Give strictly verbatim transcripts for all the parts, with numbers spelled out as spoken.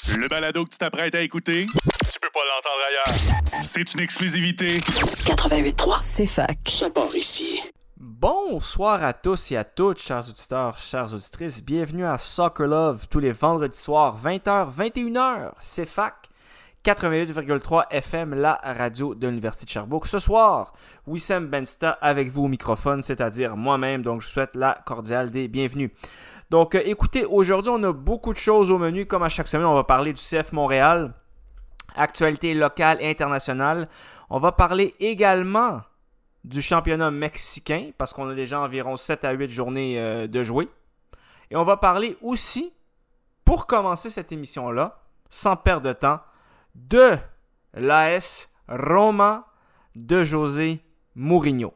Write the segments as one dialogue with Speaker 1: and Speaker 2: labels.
Speaker 1: Le balado que tu t'apprêtes à écouter, tu peux pas l'entendre ailleurs. C'est une exclusivité.
Speaker 2: quatre-vingt-huit point trois,
Speaker 3: c'est fac.
Speaker 2: Ça part ici.
Speaker 4: Bonsoir à tous et à toutes, chers auditeurs, chères auditrices. Bienvenue à Soccer Love tous les vendredis soirs, vingt heures, vingt et une heures. C'est fac. quatre-vingt-huit virgule trois F M, la radio de l'Université de Sherbrooke. Ce soir, Wissem Bensta avec vous au microphone, c'est-à-dire moi-même. Donc, je vous souhaite la cordiale des bienvenus. Donc, euh, écoutez, aujourd'hui, on a beaucoup de choses au menu. Comme à chaque semaine, on va parler du C F Montréal, actualité locale et internationale. On va parler également du championnat mexicain, parce qu'on a déjà environ sept à huit journées euh, de jouer. Et on va parler aussi, pour commencer cette émission-là, sans perdre de temps, de l'A S Roma de José Mourinho.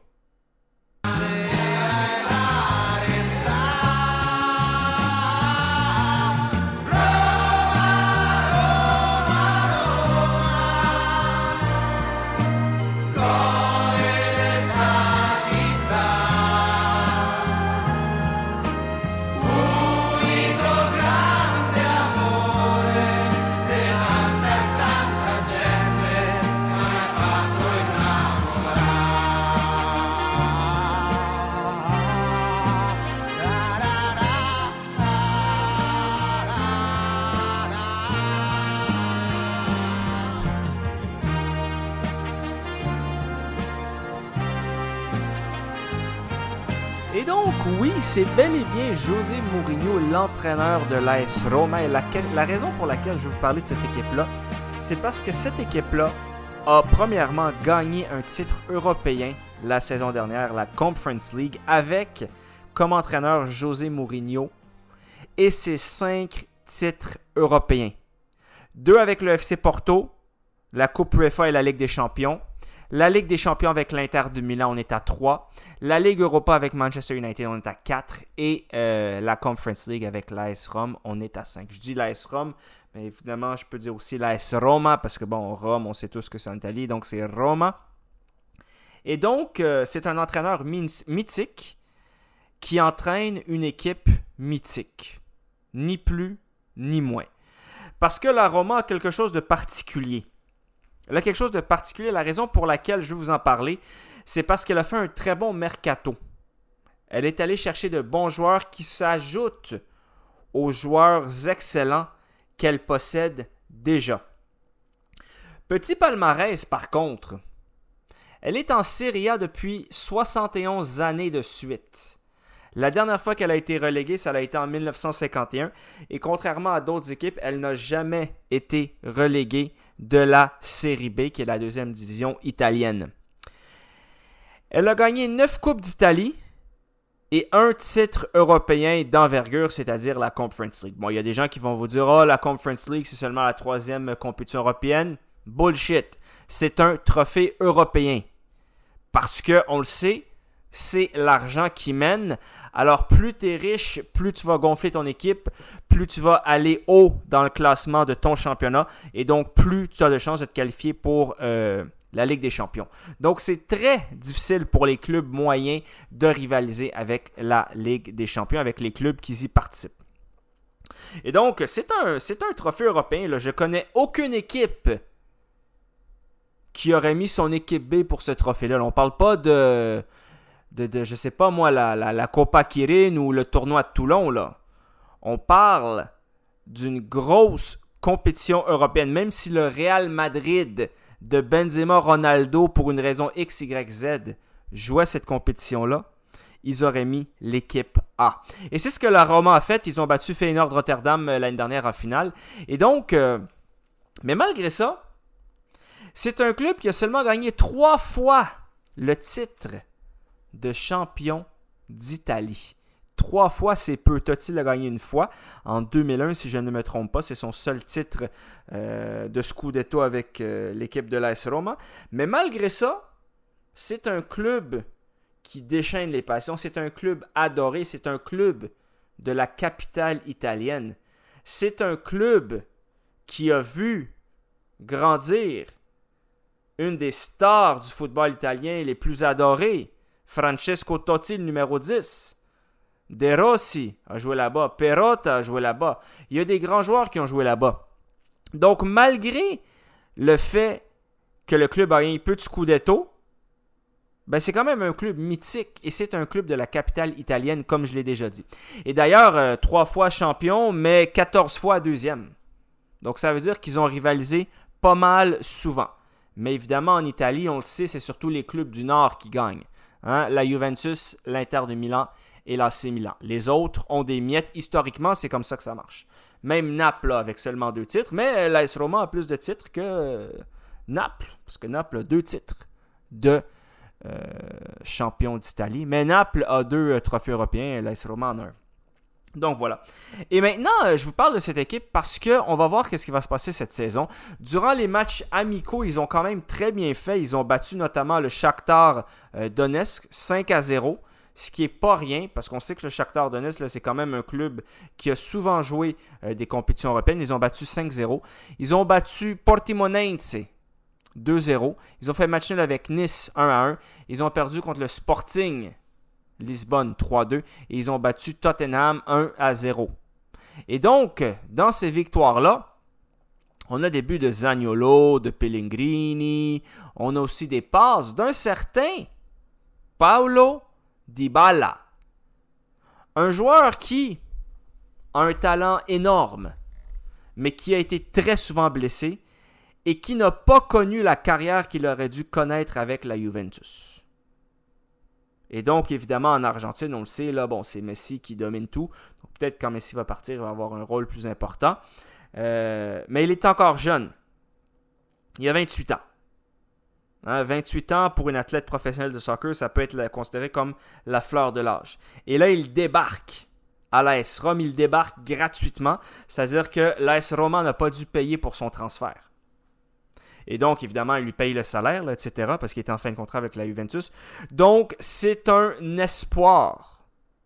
Speaker 4: Et donc, oui, c'est bel et bien José Mourinho, l'entraîneur de l'A S Roma. Et la, la raison pour laquelle je vais vous parler de cette équipe-là, c'est parce que cette équipe-là a premièrement gagné un titre européen la saison dernière, la Conference League, avec comme entraîneur José Mourinho et ses cinq titres européens. Deux avec le F C Porto, la Coupe UEFA et la Ligue des Champions. La Ligue des Champions avec l'Inter de Milan, on est à trois. La Ligue Europa avec Manchester United, on est à quatre. Et euh, la Conference League avec l'A S Rome, on est à cinq. Je dis l'A S Rome, mais évidemment, je peux dire aussi l'A S Roma, parce que bon, Rome, on sait tous que c'est en Italie, donc c'est Roma. Et donc, euh, c'est un entraîneur mythique qui entraîne une équipe mythique. Ni plus, ni moins. Parce que la Roma a quelque chose de particulier. Elle a quelque chose de particulier. La raison pour laquelle je vais vous en parler, c'est parce qu'elle a fait un très bon mercato. Elle est allée chercher de bons joueurs qui s'ajoutent aux joueurs excellents qu'elle possède déjà. Petit palmarès, par contre. Elle est en Serie A depuis soixante et onze années de suite. La dernière fois qu'elle a été reléguée, ça a été en dix-neuf cent cinquante et un. Et contrairement à d'autres équipes, elle n'a jamais été reléguée de la Série B, qui est la deuxième division italienne. Elle a gagné neuf Coupes d'Italie et un titre européen d'envergure, c'est-à-dire la Conference League. Bon, il y a des gens qui vont vous dire « Ah, oh, la Conference League, c'est seulement la troisième compétition européenne. » Bullshit! C'est un trophée européen. Parce que, on le sait, c'est l'argent qui mène. Alors, plus tu es riche, plus tu vas gonfler ton équipe, plus tu vas aller haut dans le classement de ton championnat et donc plus tu as de chances de te qualifier pour euh, la Ligue des Champions. Donc, c'est très difficile pour les clubs moyens de rivaliser avec la Ligue des Champions, avec les clubs qui y participent. Et donc, c'est un, c'est un trophée européen. Là. Je connais aucune équipe qui aurait mis son équipe B pour ce trophée-là. Là, on ne parle pas de... De, de, je sais pas moi, la, la, la Copa Kirin ou le tournoi de Toulon, là. On parle d'une grosse compétition européenne. Même si le Real Madrid de Benzema Ronaldo, pour une raison X, Y, Z, jouait cette compétition-là, ils auraient mis l'équipe A. Et c'est ce que la Roma a fait. Ils ont battu Feyenoord Rotterdam l'année dernière en finale. Et donc, euh, mais malgré ça, c'est un club qui a seulement gagné trois fois le titre de champion d'Italie. Trois fois, c'est peu. Totti l'a gagné une fois. En deux mille un, si je ne me trompe pas, c'est son seul titre euh, de Scudetto avec euh, l'équipe de l'A S Roma. Mais malgré ça, c'est un club qui déchaîne les passions. C'est un club adoré. C'est un club de la capitale italienne. C'est un club qui a vu grandir une des stars du football italien les plus adorées, Francesco Totti, le numéro dix. De Rossi a joué là-bas. Perotta a joué là-bas. Il y a des grands joueurs qui ont joué là-bas. Donc, malgré le fait que le club a gagné peu de Scudetto, ben c'est quand même un club mythique et c'est un club de la capitale italienne, comme je l'ai déjà dit. Et d'ailleurs, euh, trois fois champion, mais quatorze fois deuxième. Donc, ça veut dire qu'ils ont rivalisé pas mal souvent. Mais évidemment, en Italie, on le sait, c'est surtout les clubs du Nord qui gagnent. Hein? La Juventus, l'Inter de Milan et l'A C Milan. Les autres ont des miettes. Historiquement, c'est comme ça que ça marche. Même Naples, là, avec seulement deux titres. Mais l'A S Roma a plus de titres que euh, Naples. Parce que Naples a deux titres de euh, champion d'Italie. Mais Naples a deux euh, trophées européens. L'A S Roma en a un. Donc voilà. Et maintenant, euh, je vous parle de cette équipe parce qu'on va voir ce qui va se passer cette saison. Durant les matchs amicaux, ils ont quand même très bien fait. Ils ont battu notamment le Shakhtar euh, Donetsk cinq à zéro. Ce qui n'est pas rien, parce qu'on sait que le Shakhtar Donetsk, là, c'est quand même un club qui a souvent joué euh, des compétitions européennes. Ils ont battu cinq zéro. Ils ont battu Portimonense deux zéro. Ils ont fait match nul avec Nice un à un. Ils ont perdu contre le Sporting Lisbonne trois deux. Et ils ont battu Tottenham un à zéro. Et donc, dans ces victoires-là, on a des buts de Zaniolo, de Pellegrini. On a aussi des passes d'un certain Paulo Dybala, un joueur qui a un talent énorme, mais qui a été très souvent blessé et qui n'a pas connu la carrière qu'il aurait dû connaître avec la Juventus. Et donc, évidemment, en Argentine, on le sait, là, bon, c'est Messi qui domine tout. Donc, peut-être quand Messi va partir, il va avoir un rôle plus important. Euh, mais il est encore jeune. Il a vingt-huit ans. Hein, vingt-huit ans pour une athlète professionnelle de soccer, ça peut être considéré comme la fleur de l'âge. Et là, il débarque à l'A S Rome, il débarque gratuitement, c'est-à-dire que l'A S Roma n'a pas dû payer pour son transfert. Et donc, évidemment, il lui paye le salaire, là, et cetera, parce qu'il était en fin de contrat avec la Juventus. Donc, c'est un espoir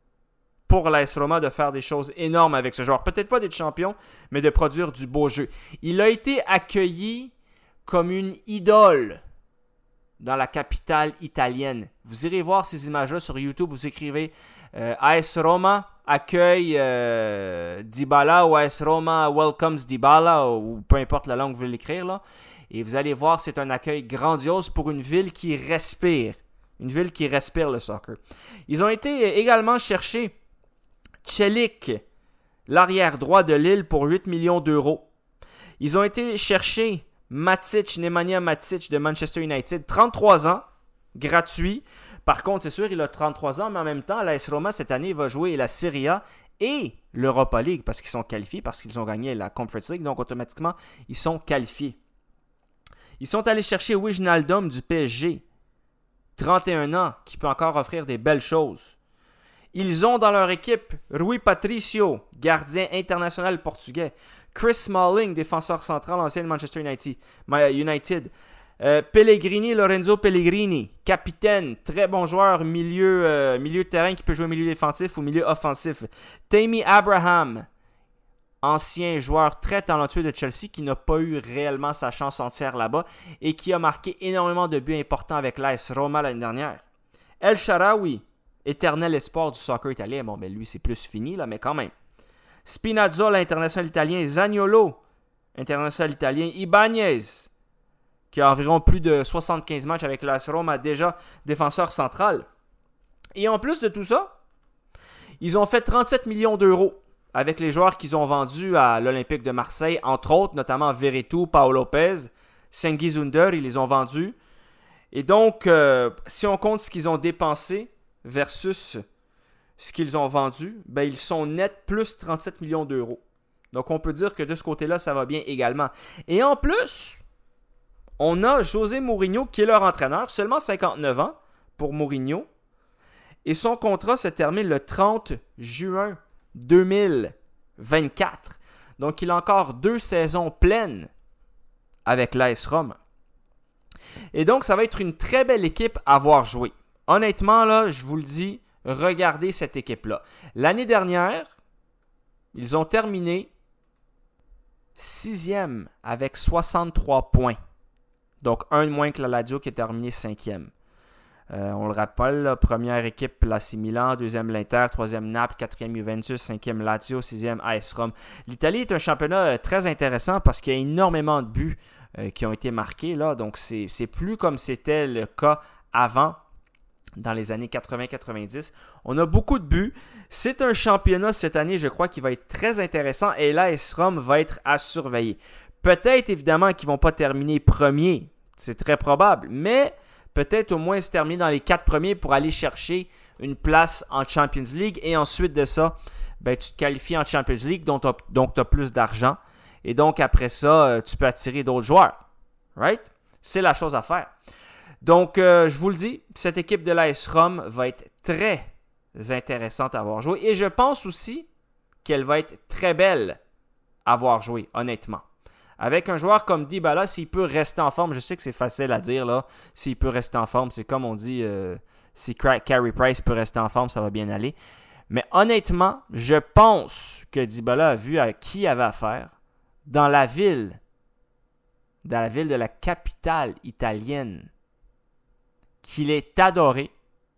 Speaker 4: pour l'A S Roma de faire des choses énormes avec ce joueur. Peut-être pas d'être champion, mais de produire du beau jeu. Il a été accueilli comme une idole dans la capitale italienne. Vous irez voir ces images-là sur YouTube. Vous écrivez euh, A S Roma accueille euh, Dybala ou A S Roma welcomes Dybala ou peu importe la langue que vous voulez l'écrire là. Et vous allez voir, c'est un accueil grandiose pour une ville qui respire. Une ville qui respire le soccer. Ils ont été également chercher Celik, l'arrière droit de Lille, pour huit millions d'euros. Ils ont été chercher Matic, Nemanja Matic de Manchester United, trente-trois ans, gratuit. Par contre, c'est sûr, il a trente-trois ans, mais en même temps, l'A S Roma, cette année, va jouer la Serie A et l'Europa League parce qu'ils sont qualifiés, parce qu'ils ont gagné la Conference League. Donc, automatiquement, ils sont qualifiés. Ils sont allés chercher Wijnaldum du P S G, trente et un ans, qui peut encore offrir des belles choses. Ils ont dans leur équipe Rui Patricio, gardien international portugais. Chris Smalling, défenseur central, ancien de Manchester United. United. Euh, Pellegrini, Lorenzo Pellegrini, capitaine, très bon joueur, milieu, euh, milieu de terrain qui peut jouer au milieu défensif ou milieu offensif. Tammy Abraham, ancien joueur très talentueux de Chelsea qui n'a pas eu réellement sa chance entière là-bas et qui a marqué énormément de buts importants avec l'A S Roma l'année dernière. El Shaarawy, éternel espoir du soccer italien. Bon, ben lui, c'est plus fini, là, mais quand même. Spinazzola, international italien. Zaniolo, international italien. Ibanez, qui a environ plus de soixante-quinze matchs avec l'A S Roma, déjà défenseur central. Et en plus de tout ça, ils ont fait trente-sept millions d'euros avec les joueurs qu'ils ont vendus à l'Olympique de Marseille, entre autres, notamment Veretout, Paul Lopez, Cengiz Ünder, ils les ont vendus. Et donc, euh, si on compte ce qu'ils ont dépensé versus ce qu'ils ont vendu, ben ils sont nets plus trente-sept millions d'euros. Donc, on peut dire que de ce côté-là, ça va bien également. Et en plus, on a José Mourinho qui est leur entraîneur, seulement cinquante-neuf ans pour Mourinho. Et son contrat se termine le trente juin deux mille vingt-quatre. Donc, il a encore deux saisons pleines avec l'A S Roma. Et donc, ça va être une très belle équipe à voir jouer. Honnêtement, là, je vous le dis, regardez cette équipe-là. L'année dernière, ils ont terminé sixième avec soixante-trois points. Donc, un de moins que la Lazio qui est terminé cinquième. Euh, on le rappelle, là, première équipe l'A C Milan, deuxième l'Inter, troisième Naples, quatrième Juventus, cinquième Lazio, sixième A S Rome. L'Italie est un championnat euh, très intéressant parce qu'il y a énormément de buts euh, qui ont été marqués. Là, donc c'est, c'est plus comme c'était le cas avant, dans les années quatre-vingts quatre-vingt-dix. On a beaucoup de buts. C'est un championnat cette année, je crois, qui va être très intéressant et l'A S Rome va être à surveiller. Peut-être évidemment qu'ils ne vont pas terminer premier, c'est très probable, mais peut-être au moins se terminer dans les quatre premiers pour aller chercher une place en Champions League. Et ensuite de ça, ben, tu te qualifies en Champions League, donc tu as plus d'argent. Et donc après ça, tu peux attirer d'autres joueurs. Right? C'est la chose à faire. Donc, euh, je vous le dis, cette équipe de l'A S Rome va être très intéressante à voir jouer. Et je pense aussi qu'elle va être très belle à voir jouer, honnêtement. Avec un joueur comme Dybala, s'il peut rester en forme, je sais que c'est facile à dire, là. S'il peut rester en forme, c'est comme on dit, euh, si Carey Price peut rester en forme, ça va bien aller. Mais honnêtement, je pense que Dybala a vu à qui il avait affaire dans la ville, dans la ville de la capitale italienne, qu'il est adoré.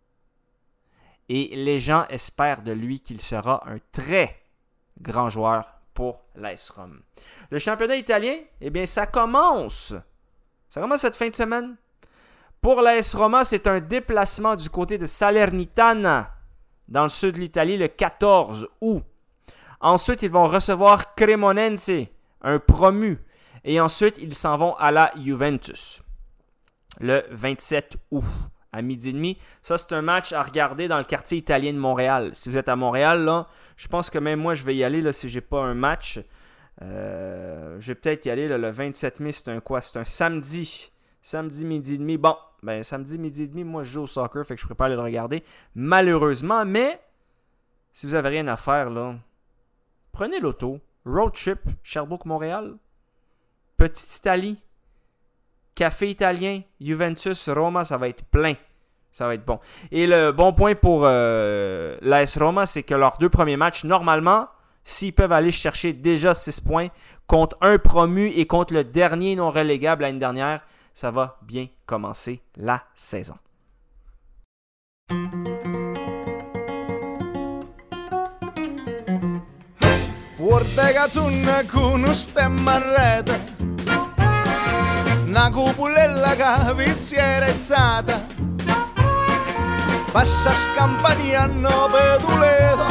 Speaker 4: Et les gens espèrent de lui qu'il sera un très grand joueur pour l'A S Rome. Le championnat italien, eh bien, ça commence. Ça commence cette fin de semaine. Pour l'A S Roma, c'est un déplacement du côté de Salernitana, dans le sud de l'Italie, le quatorze août. Ensuite, ils vont recevoir Cremonense, un promu. Et ensuite, ils s'en vont à la Juventus, le vingt-sept août. À midi et demi. Ça, c'est un match à regarder dans le quartier italien de Montréal. Si vous êtes à Montréal, là, je pense que même moi, je vais y aller là, si je n'ai pas un match. Euh, je vais peut-être y aller là, le vingt-sept mai. C'est un quoi? C'est un samedi. Samedi, midi et demi. Bon, ben samedi, midi et demi, moi, je joue au soccer, fait que je ne pourrais pas aller le regarder. Malheureusement, mais si vous n'avez rien à faire, là, prenez l'auto. Road trip, Sherbrooke-Montréal. Petite Italie. Café italien, Juventus, Roma, ça va être plein. Ça va être bon. Et le bon point pour euh, l'A S Roma, c'est que leurs deux premiers matchs, normalement, s'ils peuvent aller chercher déjà six points contre un promu et contre le dernier non relégable l'année dernière, ça va bien commencer la saison.
Speaker 3: Una cupulella cavizierezzata passa scampaniano peduleto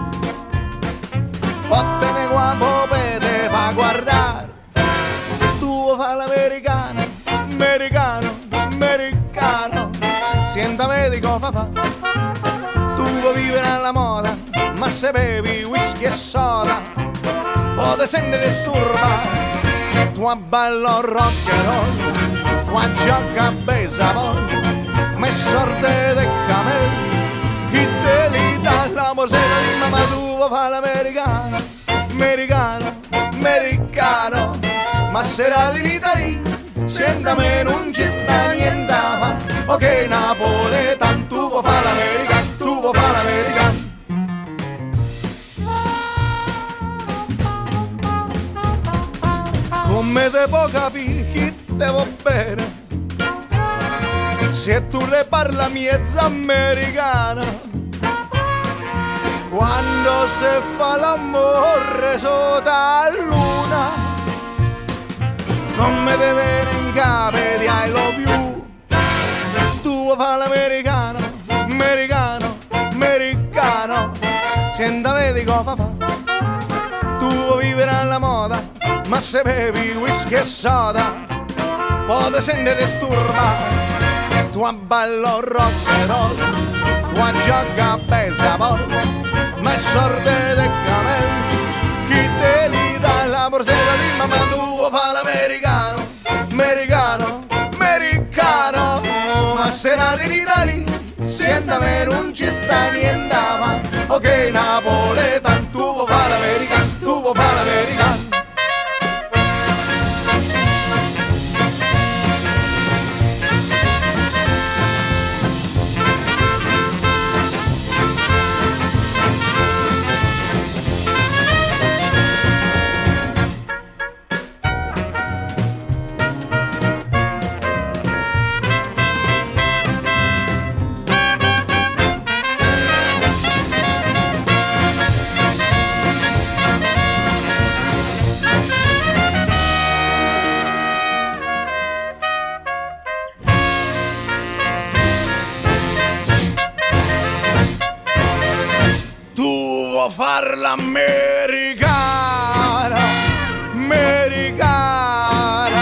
Speaker 3: bottene qua popete fa guardare tu fa l'americano americano americano sienta medico fa fa tu vuoi vivere alla moda ma se bevi whisky e soda poi te senti disturba tu ballo rock and roll, tu gioca a baseball, ma sorte de camel, chi te li dà la morsella di mamma tua fa l'americano, americano, americano, ma serate in Italia, senta me non ci sta niente a fa, ok napoletano, tu vuoi fa l'americano, tu vuoi fa l'americano. Come te può capire chi te va bene se tu le parla miezza americana quando si fa l'amore sotto la luna come te viene in capo di I love you tu vuoi fare l'americano americano americano senta vedi cosa fa tu vuoi vivere alla moda ma se bevi whisky e soda poi te senti disturba tu ballo rock and roll tu gioca a baseball ma è sorte de camel chi te li dà la borsetta di mamma tu fa l'americano americano americano ma se nati in Italia sienta me non ci sta niente ma ok napoletano tu vuoi fa l'americano tu vuoi fa l'americano. far l'americano, americano,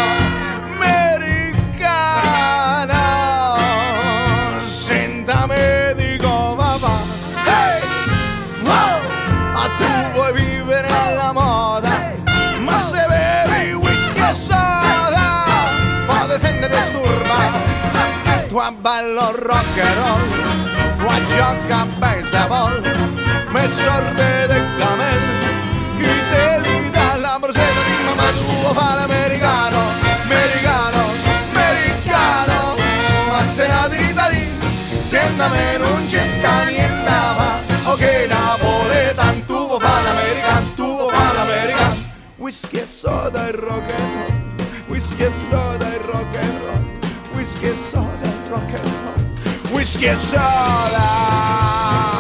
Speaker 3: americano. Senta me dico papà, hey, wow, ma tu vuoi vivere alla moda, ma se bevi whisky e soda, poi se ne disturba. Tu a ballo rock and roll, tu a gioca a baseball, me sorte de camel, chi te li dà la brosetta di mamma tua fa l'americano, americano, americano, ma se la dita lì, senta me non ci sta niente, ma ok napoletan, tu fa l'americano, tu fa l'americano, whisky e soda e rock and roll, whisky e soda e rock and roll, whisky e soda e rock and roll, whisky e soda.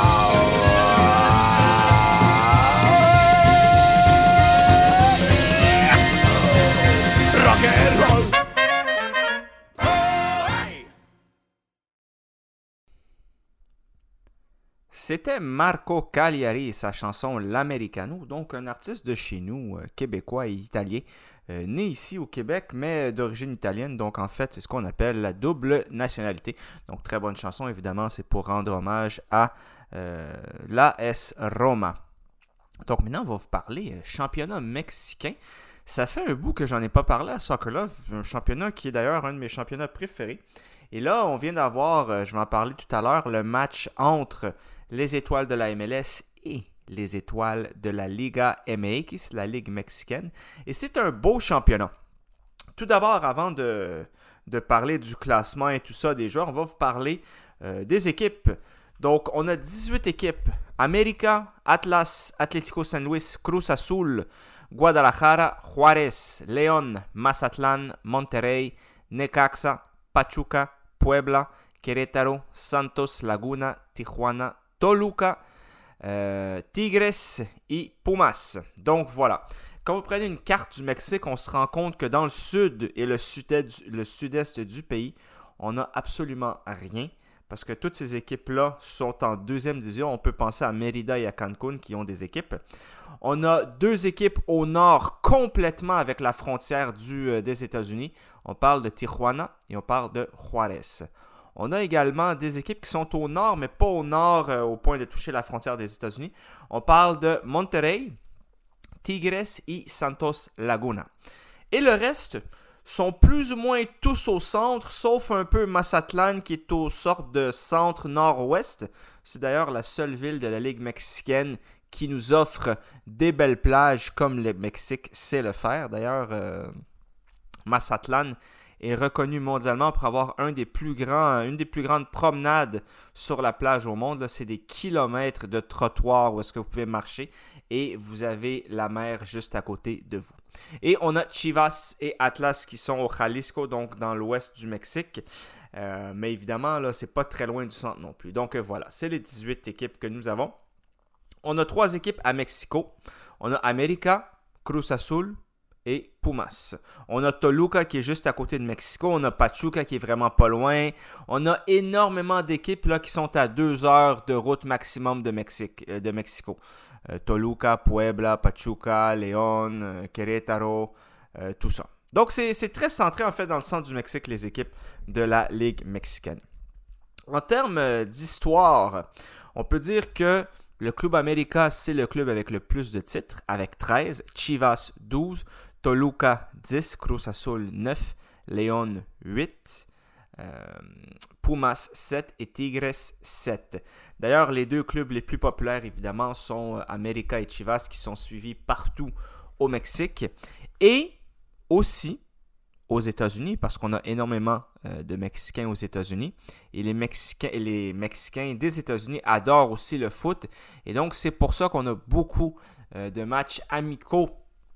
Speaker 4: C'était Marco Cagliari et sa chanson L'Americano, donc un artiste de chez nous, euh, québécois et italien, euh, né ici au Québec, mais d'origine italienne, donc en fait c'est ce qu'on appelle la double nationalité. Donc très bonne chanson, évidemment, c'est pour rendre hommage à euh, l'A S Roma. Donc maintenant on va vous parler euh, championnat mexicain. Ça fait un bout que j'en ai pas parlé à Soccer Love, un championnat qui est d'ailleurs un de mes championnats préférés. Et là, on vient d'avoir, euh, je vais en parler tout à l'heure, le match entre les étoiles de la M L S et les étoiles de la Liga M X, la Ligue mexicaine. Et c'est un beau championnat. Tout d'abord, avant de, de parler du classement et tout ça des joueurs, on va vous parler euh, des équipes. Donc, on a dix-huit équipes. América, Atlas, Atlético San Luis, Cruz Azul, Guadalajara, Juárez, León, Mazatlán, Monterrey, Necaxa, Pachuca, Puebla, Querétaro, Santos, Laguna, Tijuana, Toluca, euh, Tigres et Pumas. Donc voilà. Quand vous prenez une carte du Mexique, on se rend compte que dans le sud et le sud-est, le sud-est du pays, on n'a absolument rien. Parce que toutes ces équipes-là sont en deuxième division. On peut penser à Mérida et à Cancún qui ont des équipes. On a deux équipes au nord complètement avec la frontière du, euh, des États-Unis. On parle de Tijuana et on parle de Juárez. On a également des équipes qui sont au nord, mais pas au nord euh, au point de toucher la frontière des États-Unis. On parle de Monterrey, Tigres et Santos Laguna. Et le reste sont plus ou moins tous au centre, sauf un peu Mazatlán qui est au sorte de centre-nord-ouest. C'est d'ailleurs la seule ville de la Ligue mexicaine qui nous offre des belles plages comme le Mexique sait le faire. D'ailleurs, euh, Mazatlán est reconnu mondialement pour avoir un des plus grands, une des plus grandes promenades sur la plage au monde. Là, c'est des kilomètres de trottoirs où est-ce que vous pouvez marcher et vous avez la mer juste à côté de vous. Et on a Chivas et Atlas qui sont au Jalisco, donc dans l'ouest du Mexique. Euh, mais évidemment, là, c'est pas très loin du centre non plus. Donc euh, voilà, c'est les dix-huit équipes que nous avons. On a trois équipes à Mexico. On a América, Cruz Azul et Pumas. On a Toluca qui est juste à côté de Mexico. On a Pachuca qui est vraiment pas loin. On a énormément d'équipes là, qui sont à deux heures de route maximum de, Mexique, euh, de Mexico. Euh, Toluca, Puebla, Pachuca, León, euh, Querétaro, euh, tout ça. Donc c'est, c'est très centré en fait dans le centre du Mexique, les équipes de la Ligue mexicaine. En termes d'histoire, on peut dire que le Club América, c'est le club avec le plus de titres, avec treize, Chivas douze, Toluca dix, Cruz Azul neuf, León huit, euh, Pumas sept et Tigres sept. D'ailleurs, les deux clubs les plus populaires, évidemment, sont América et Chivas qui sont suivis partout au Mexique et aussi aux États-Unis parce qu'on a énormément euh, de Mexicains aux États-Unis et les Mexicains, les Mexicains des États-Unis adorent aussi le foot et donc c'est pour ça qu'on a beaucoup euh, de matchs amicaux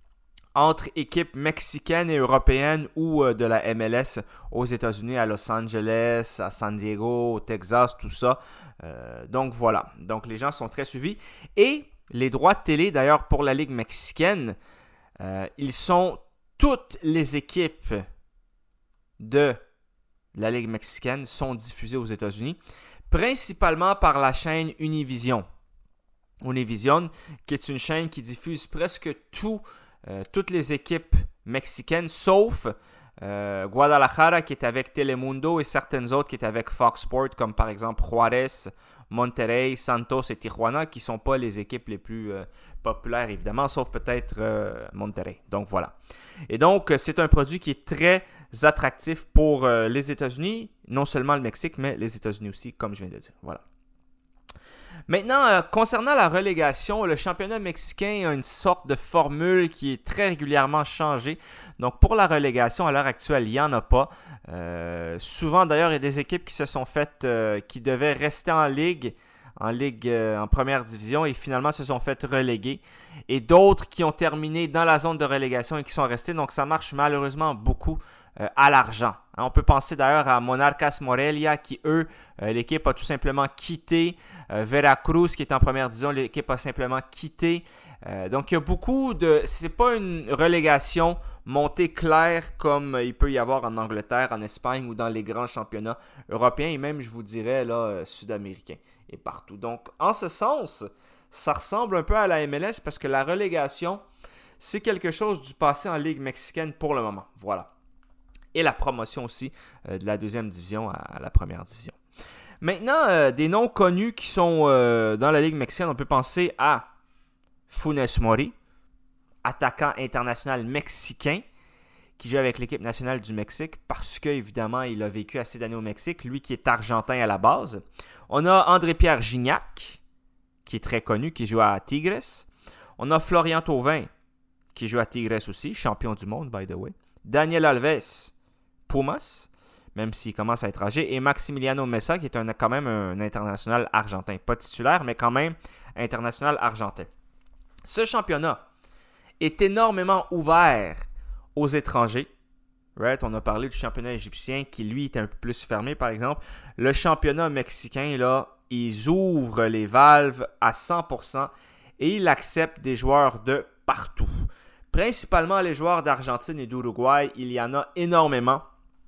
Speaker 4: entre équipes mexicaines et européennes ou euh, de la M L S aux États-Unis, à Los Angeles, à San Diego, au Texas, tout ça. Euh, donc voilà, donc les gens sont très suivis et les droits de télé d'ailleurs pour la Ligue mexicaine, euh, ils sont toutes les équipes de la Ligue mexicaine sont diffusées aux États-Unis, principalement par la chaîne Univision. Univision, qui est une chaîne qui diffuse presque tout, euh, toutes les équipes mexicaines, sauf euh, Guadalajara qui est avec Telemundo et certaines autres qui est avec Fox Sports, comme par exemple Juárez, Monterrey, Santos et Tijuana, qui ne sont pas les équipes les plus euh, populaires, évidemment, sauf peut-être euh, Monterrey. Donc, voilà. Et donc, c'est un produit qui est très attractif pour euh, les États-Unis, non seulement le Mexique, mais les États-Unis aussi, comme je viens de dire. Voilà. Maintenant, euh, concernant la relégation, le championnat mexicain a une sorte de formule qui est très régulièrement changée. Donc, pour la relégation, à l'heure actuelle, il n'y en a pas. Euh, souvent, d'ailleurs, il y a des équipes qui se sont faites, euh, qui devaient rester en ligue, en ligue euh, en première division et finalement se sont faites reléguer. Et d'autres qui ont terminé dans la zone de relégation et qui sont restés. Donc, ça marche malheureusement beaucoup euh, à l'argent. Hein, on peut penser d'ailleurs à Monarcas Morelia qui, eux, euh, l'équipe a tout simplement quitté. Euh, Veracruz qui est en première division, l'équipe a simplement quitté. Euh, donc, il y a beaucoup de... C'est pas une relégation montée claire comme il peut y avoir en Angleterre, en Espagne ou dans les grands championnats européens et même, je vous dirais, là, euh, sud-américains et partout. Donc, en ce sens, ça ressemble un peu à la M L S parce que la relégation, c'est quelque chose du passé en Ligue mexicaine pour le moment. Voilà. Et la promotion aussi euh, de la deuxième division à, à la première division. Maintenant, euh, des noms connus qui sont euh, dans la Ligue mexicaine, on peut penser à Funes Mori, attaquant international mexicain qui joue avec l'équipe nationale du Mexique parce qu'évidemment, il a vécu assez d'années au Mexique, lui qui est argentin à la base. On a André-Pierre Gignac, qui est très connu, qui joue à Tigres. On a Florian Thauvin, qui joue à Tigres aussi, champion du monde, by the way. Daniel Alves, Pumas, même s'il commence à être âgé. Et Maximiliano Mesa, qui est un, quand même un international argentin. Pas titulaire, mais quand même international argentin. Ce championnat est énormément ouvert aux étrangers. Right? On a parlé du championnat égyptien qui, lui, est un peu plus fermé, par exemple. Le championnat mexicain, là, ils ouvrent les valves à cent pour cent et ils acceptent des joueurs de partout. Principalement les joueurs d'Argentine et d'Uruguay, il y en a énormément.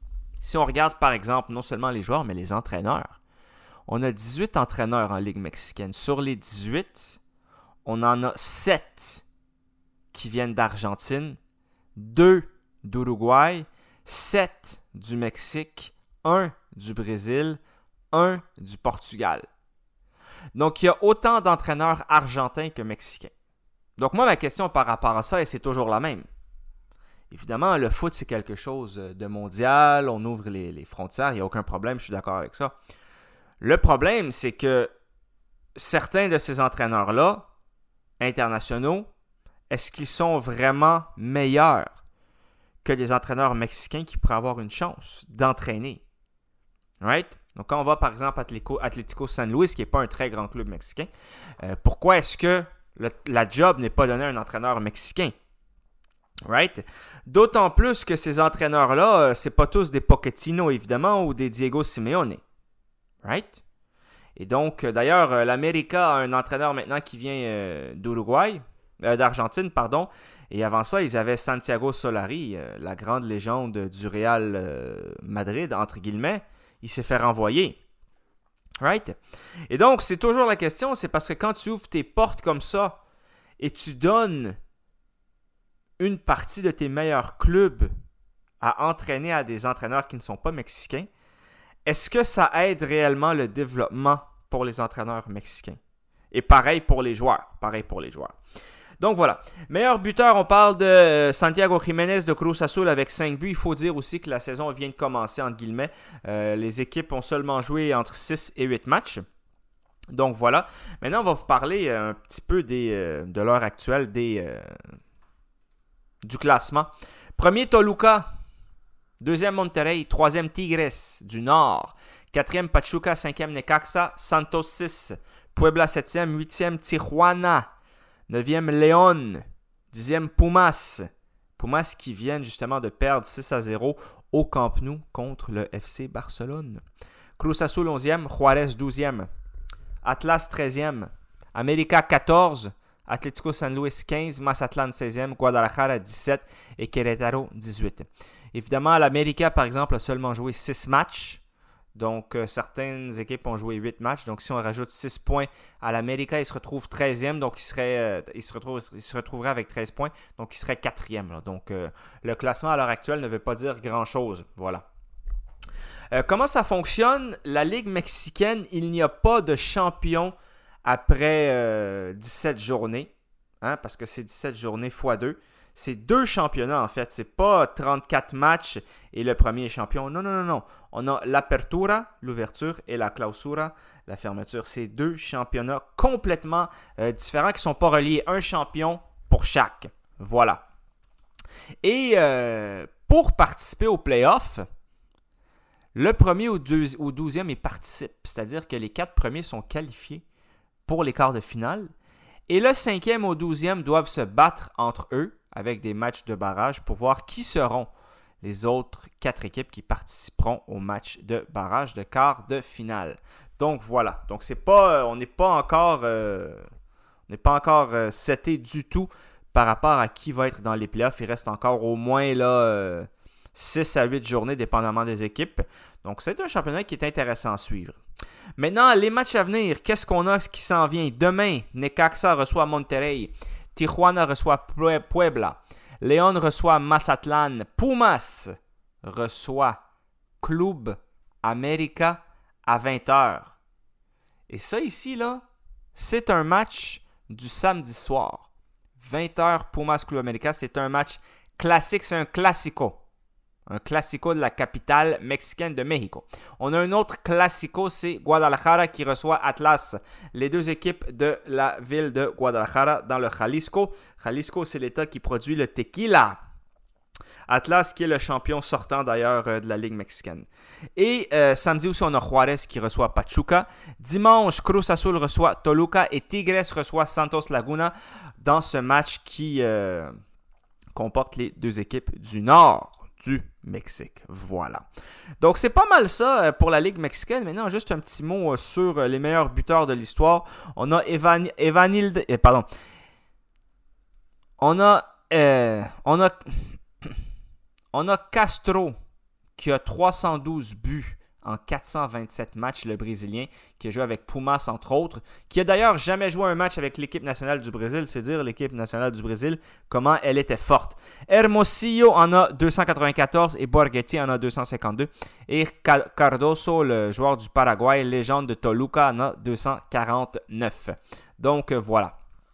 Speaker 4: Si on regarde, par exemple, non seulement les joueurs, mais les entraîneurs. On a dix-huit entraîneurs en Ligue mexicaine. Sur les dix-huit, on en a sept qui viennent d'Argentine, deux d'Uruguay, sept du Mexique, un du Brésil, un du Portugal. Donc, il y a autant d'entraîneurs argentins que mexicains. Donc, moi, ma question par rapport à ça, et c'est toujours la même. Évidemment, le foot, c'est quelque chose de mondial. On ouvre les, les frontières, il n'y a aucun problème, je suis d'accord avec ça. Le problème, c'est que certains de ces entraîneurs-là, internationaux, est-ce qu'ils sont vraiment meilleurs que des entraîneurs mexicains qui pourraient avoir une chance d'entraîner? Right? Donc, quand on va, par exemple, à Atlético, Atlético San Luis, qui n'est pas un très grand club mexicain, euh, pourquoi est-ce que le, la job n'est pas donnée à un entraîneur mexicain? Right? D'autant plus que ces entraîneurs-là, euh, c'est pas tous des Pochettino, évidemment, ou des Diego Simeone. Right? Et donc, euh, d'ailleurs, euh, l'América a un entraîneur maintenant qui vient euh, d'Uruguay, euh, d'Argentine, pardon. Et avant ça, ils avaient Santiago Solari, euh, la grande légende du Real euh, Madrid, entre guillemets. Il s'est fait renvoyer. Right? Et donc, c'est toujours la question, c'est parce que quand tu ouvres tes portes comme ça et tu donnes une partie de tes meilleurs clubs à entraîner à des entraîneurs qui ne sont pas mexicains, est-ce que ça aide réellement le développement pour les entraîneurs mexicains? Et pareil pour les joueurs. Pareil pour les joueurs. Donc voilà. Meilleur buteur, on parle de Santiago Jiménez de Cruz Azul avec cinq buts. Il faut dire aussi que la saison vient de commencer, entre guillemets. Euh, les équipes ont seulement joué entre six et huit matchs. Donc voilà. Maintenant, on va vous parler un petit peu des, euh, de l'heure actuelle des, euh, du classement. Premier, Toluca. Deuxième, Monterrey. Troisième, Tigres du Nord. Quatrième, Pachuca. Cinquième, Necaxa. Santos six. Puebla septième. Huitième, Tijuana. Neuvième, León. Dixième, Pumas. Pumas qui viennent justement de perdre six à zéro au Camp Nou contre le F C Barcelone. Cruz Azul onzième. Juárez douzième. Atlas treizième. América quatorze. Atlético San Luis quinze. Mazatlán seizième. Guadalajara dix-sept. Et Querétaro dix-huit. Évidemment, l'América, par exemple, a seulement joué six matchs. Donc, euh, certaines équipes ont joué huit matchs. Donc, si on rajoute six points à l'América, il se retrouve treizième. Donc, il, serait, euh, il, se, retrouve, il se retrouverait avec treize points. Donc, il serait quatrième. Là. Donc, euh, le classement à l'heure actuelle ne veut pas dire grand-chose. Voilà. Euh, comment ça fonctionne? La Ligue mexicaine, il n'y a pas de champion après euh, dix-sept journées. Hein, parce que c'est dix-sept journées fois deux. C'est deux championnats, en fait. C'est pas trente-quatre matchs et le premier est champion. Non, non, non, non. On a l'apertura, l'ouverture, et la clausura, la fermeture. C'est deux championnats complètement euh, différents qui ne sont pas reliés. Un champion pour chaque. Voilà. Et euh, pour participer aux playoffs, le premier au, deux, au douzième y participe. C'est-à-dire que les quatre premiers sont qualifiés pour les quarts de finale. Et le cinquième au douzième doivent se battre entre eux avec des matchs de barrage pour voir qui seront les autres quatre équipes qui participeront au match de barrage de quart de finale. Donc voilà. Donc c'est pas, on n'est pas encore, euh, on n'est pas encore euh, seté du tout par rapport à qui va être dans les playoffs. Il reste encore au moins là, euh, six à huit journées dépendamment des équipes. Donc c'est un championnat qui est intéressant à suivre. Maintenant, les matchs à venir, qu'est-ce qu'on a, ce qui s'en vient? Demain, Necaxa reçoit Monterrey. Tijuana reçoit Puebla. León reçoit Mazatlán. Pumas reçoit Club América à vingt heures. Et ça ici, là, c'est un match du samedi soir. vingt heures Pumas Club América, c'est un match classique, c'est un classico. Un classico de la capitale mexicaine de Mexico. On a un autre classico, c'est Guadalajara qui reçoit Atlas. Les deux équipes de la ville de Guadalajara dans le Jalisco. Jalisco, c'est l'état qui produit le tequila. Atlas qui est le champion sortant d'ailleurs de la Ligue mexicaine. Et euh, samedi aussi, on a Juárez qui reçoit Pachuca. Dimanche, Cruz Azul reçoit Toluca et Tigres reçoit Santos Laguna dans ce match qui euh, comporte les deux équipes du Nord du Mexique. Voilà. Donc, c'est pas mal ça pour la Ligue mexicaine. Maintenant, juste un petit mot sur les meilleurs buteurs de l'histoire. On a Evan, Evanilde... Eh, pardon. On a... Euh, on a... on a Castro qui a trois cent douze buts en quatre cent vingt-sept matchs, le Brésilien, qui a joué avec Pumas, entre autres, qui a d'ailleurs jamais joué un match avec l'équipe nationale du Brésil. C'est dire l'équipe nationale du Brésil, comment elle était forte. Hermosillo en a deux cent quatre-vingt-quatorze et Borghetti en a deux cent cinquante-deux. Et Cardoso, le joueur du Paraguay, légende de Toluca, en a deux cent quarante-neuf. Donc, voilà.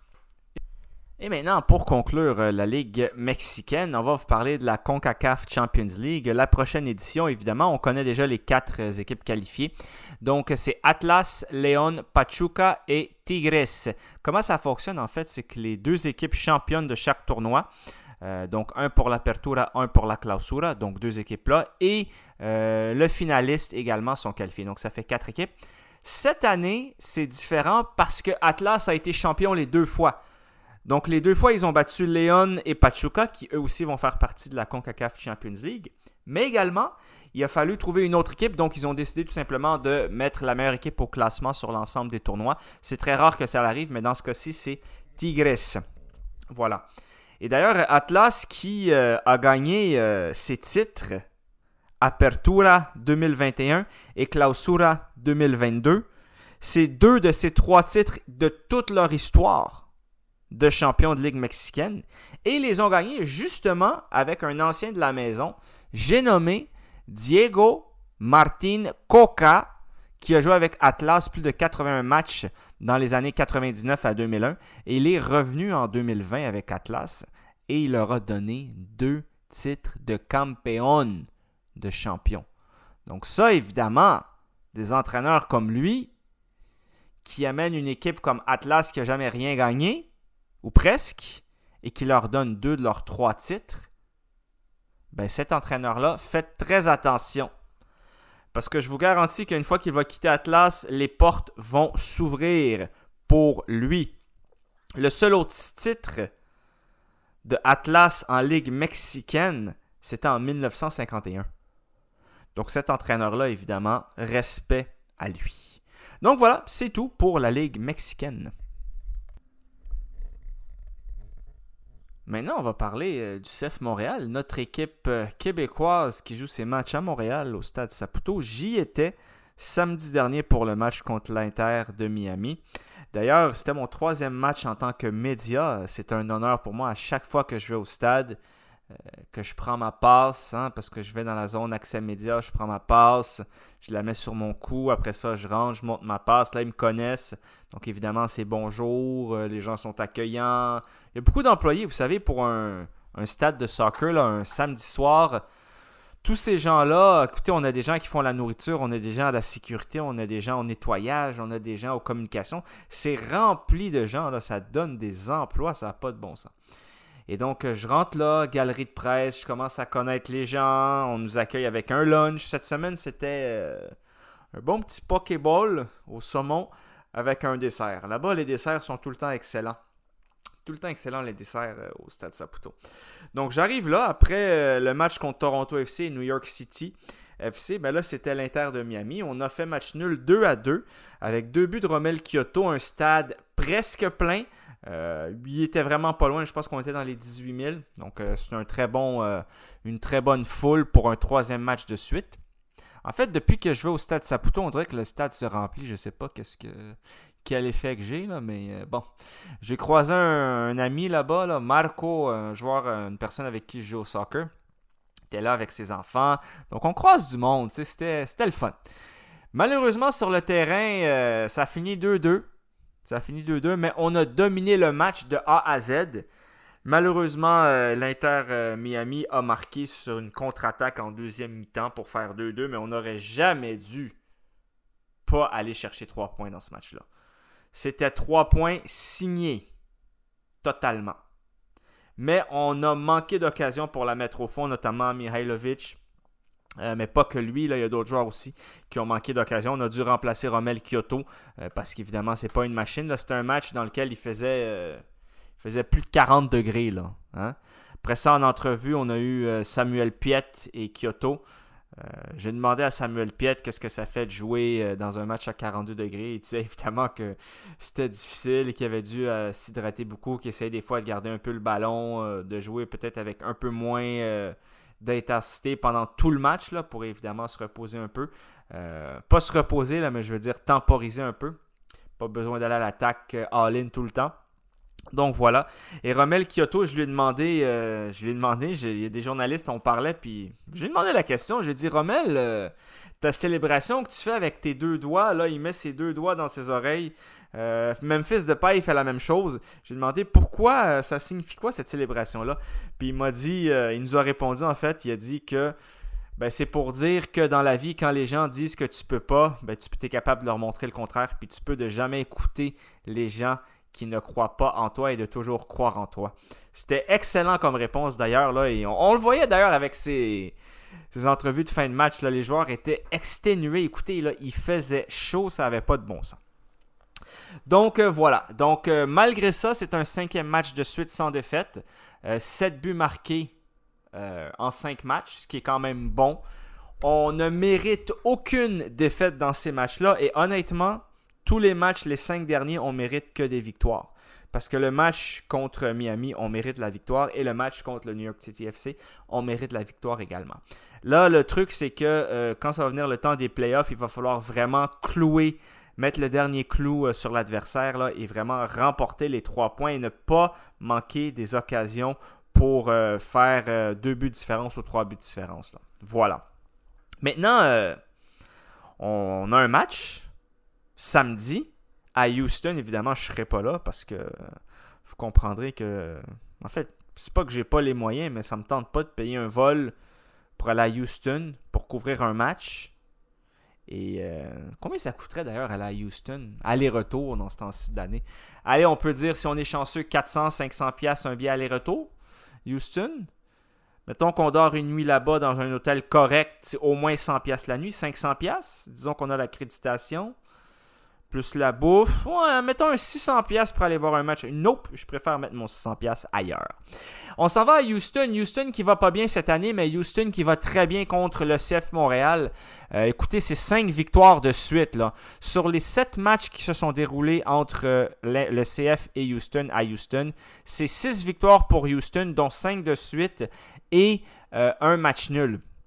Speaker 4: Et maintenant, pour conclure la Ligue mexicaine, on va vous parler de la CONCACAF Champions League. La prochaine édition, évidemment, on connaît déjà les quatre équipes qualifiées. Donc, c'est Atlas, León, Pachuca et Tigres. Comment ça fonctionne, en fait? C'est que les deux équipes championnes de chaque tournoi, euh, donc un pour l'Apertura, un pour la Clausura, donc deux équipes-là, et euh, le finaliste également sont qualifiés. Donc, ça fait quatre équipes. Cette année, c'est différent parce que Atlas a été champion les deux fois. Donc, les deux fois, ils ont battu León et Pachuca, qui eux aussi vont faire partie de la CONCACAF Champions League. Mais également, il a fallu trouver une autre équipe. Donc, ils ont décidé tout simplement de mettre la meilleure équipe au classement sur l'ensemble des tournois. C'est très rare que ça arrive, mais dans ce cas-ci, c'est Tigres. Voilà. Et d'ailleurs, Atlas qui euh, a gagné euh, ses titres, Apertura deux mille vingt et un et Clausura deux mille vingt-deux, c'est deux de ces trois titres de toute leur histoire de champions de Ligue mexicaine. Et ils les ont gagnés justement avec un ancien de la maison, j'ai nommé Diego Martín Coca, qui a joué avec Atlas plus de quatre-vingt-un matchs dans les années quatre-vingt-dix-neuf à deux mille un. Et il est revenu en deux mille vingt avec Atlas et il leur a donné deux titres de campeón, de champion. Donc ça, évidemment, des entraîneurs comme lui, qui amènent une équipe comme Atlas qui n'a jamais rien gagné, ou presque, et qui leur donne deux de leurs trois titres, ben cet entraîneur-là, faites très attention. Parce que je vous garantis qu'une fois qu'il va quitter Atlas, les portes vont s'ouvrir pour lui. Le seul autre titre de Atlas en Ligue mexicaine, c'était en mille neuf cent cinquante et un. Donc cet entraîneur-là, évidemment, respect à lui. Donc voilà, c'est tout pour la Ligue mexicaine. Maintenant, on va parler euh, du C F Montréal, notre équipe euh, québécoise qui joue ses matchs à Montréal au Stade Saputo. J'y étais samedi dernier pour le match contre l'Inter de Miami. D'ailleurs, c'était mon troisième match en tant que média. C'est un honneur pour moi à chaque fois que je vais au stade, euh, que je prends ma passe, hein, parce que je vais dans la zone accès média, je prends ma passe, je la mets sur mon cou, après ça je rentre, je monte ma passe, là ils me connaissent, donc évidemment c'est bonjour, euh, les gens sont accueillants. Il y a beaucoup d'employés, vous savez, pour un, un stade de soccer, là, un samedi soir, tous ces gens-là, écoutez, on a des gens qui font la nourriture, on a des gens à la sécurité, on a des gens au nettoyage, on a des gens aux communications. C'est rempli de gens, là, ça donne des emplois, ça n'a pas de bon sens. Et donc, je rentre là, galerie de presse, je commence à connaître les gens, on nous accueille avec un lunch. Cette semaine, c'était euh, un bon petit pokéball au saumon avec un dessert. Là-bas, les desserts sont tout le temps excellents. Tout le temps excellent les desserts euh, au Stade Saputo. Donc j'arrive là après euh, le match contre Toronto F C et New York City F C. Ben là c'était l'Inter de Miami. On a fait match nul deux à deux avec deux buts de Romel Kyoto. Un stade presque plein. Euh, il était vraiment pas loin. Je pense qu'on était dans les dix-huit mille. Donc euh, c'est un très bon, euh, une très bonne foule pour un troisième match de suite. En fait, depuis que je vais au Stade Saputo, on dirait que le stade se remplit. Je sais pas qu'est-ce que... quel effet que j'ai, là, mais euh, bon. J'ai croisé un, un ami là-bas, là, Marco, un joueur, une personne avec qui je joue au soccer. Il était là avec ses enfants. Donc, on croise du monde. C'était, c'était le fun. Malheureusement, sur le terrain, euh, ça a fini deux deux. Ça a fini deux deux, mais on a dominé le match de A à Z. Malheureusement, euh, l'Inter euh, Miami a marqué sur une contre-attaque en deuxième mi-temps pour faire deux deux, mais on n'aurait jamais dû pas aller chercher trois points dans ce match-là. C'était trois points signés totalement. Mais on a manqué d'occasion pour la mettre au fond, notamment Mihailovic. Euh, mais pas que lui, là, il y a d'autres joueurs aussi qui ont manqué d'occasion. On a dû remplacer Romel Kyoto euh, parce qu'évidemment, c'est pas une machine. Là. C'était un match dans lequel il faisait, euh, il faisait plus de quarante degrés. Là, hein? Après ça, en entrevue, on a eu euh, Samuel Piette et Kyoto. Euh, j'ai demandé à Samuel Piette qu'est-ce que ça fait de jouer euh, dans un match à quarante-deux degrés. Il disait évidemment que c'était difficile et qu'il avait dû euh, s'hydrater beaucoup, qu'il essayait des fois de garder un peu le ballon, euh, de jouer peut-être avec un peu moins euh, d'intensité pendant tout le match là, pour évidemment se reposer un peu. Euh, pas se reposer, là, mais je veux dire temporiser un peu. Pas besoin d'aller à l'attaque euh, all-in tout le temps. Donc voilà. Et Romel Kyoto, je lui ai demandé, euh, je lui ai demandé, il y a des journalistes, on parlait, puis je lui ai demandé la question. J'ai dit, Romel, euh, ta célébration que tu fais avec tes deux doigts, là, il met ses deux doigts dans ses oreilles. Euh, Memphis Depay fait la même chose. J'ai demandé pourquoi, euh, ça signifie quoi cette célébration-là. Puis il m'a dit, euh, il nous a répondu en fait, il a dit que ben, c'est pour dire que dans la vie, quand les gens disent que tu peux pas, ben, tu es capable de leur montrer le contraire, puis tu peux de jamais écouter les gens qui ne croient pas en toi et de toujours croire en toi. C'était excellent comme réponse d'ailleurs, là, et on, on le voyait d'ailleurs avec ces, ces entrevues de fin de match, là, les joueurs étaient exténués. Écoutez, là, il faisait chaud, ça n'avait pas de bon sens. Donc euh, voilà, donc euh, malgré ça, c'est un cinquième match de suite sans défaite. Euh, sept buts marqués euh, en cinq matchs, ce qui est quand même bon. On ne mérite aucune défaite dans ces matchs-là et honnêtement, tous les matchs, les cinq derniers, on mérite que des victoires. Parce que le match contre Miami, on mérite la victoire. Et le match contre le New York City F C, on mérite la victoire également. Là, le truc, c'est que euh, quand ça va venir le temps des playoffs, il va falloir vraiment clouer, mettre le dernier clou euh, sur l'adversaire là, et vraiment remporter les trois points et ne pas manquer des occasions pour euh, faire euh, deux buts de différence ou trois buts de différence. Là. Voilà. Maintenant, euh, on a un match samedi à Houston. Évidemment, je ne serai pas là parce que vous comprendrez que, en fait, c'est pas que j'ai pas les moyens, mais ça me tente pas de payer un vol pour aller à Houston pour couvrir un match. Et euh, combien ça coûterait d'ailleurs aller à Houston, aller-retour dans ce temps-ci de l'année? Allez, on peut dire, si on est chanceux, quatre cents à cinq cents dollars un billet aller-retour, Houston. Mettons qu'on dort une nuit là-bas dans un hôtel correct, c'est au moins cent dollars la nuit, cinq cents dollars. Disons qu'on a l'accréditation. Plus la bouffe, ouais, mettons un six cents dollars pour aller voir un match. Nope, je préfère mettre mon six cents dollars ailleurs. On s'en va à Houston. Houston qui va pas bien cette année, mais Houston qui va très bien contre le C F Montréal. Euh, écoutez, c'est cinq victoires de suite. Là. Sur les sept matchs qui se sont déroulés entre euh, le, le C F et Houston à Houston, c'est six victoires pour Houston, dont cinq de suite et euh, un match nul.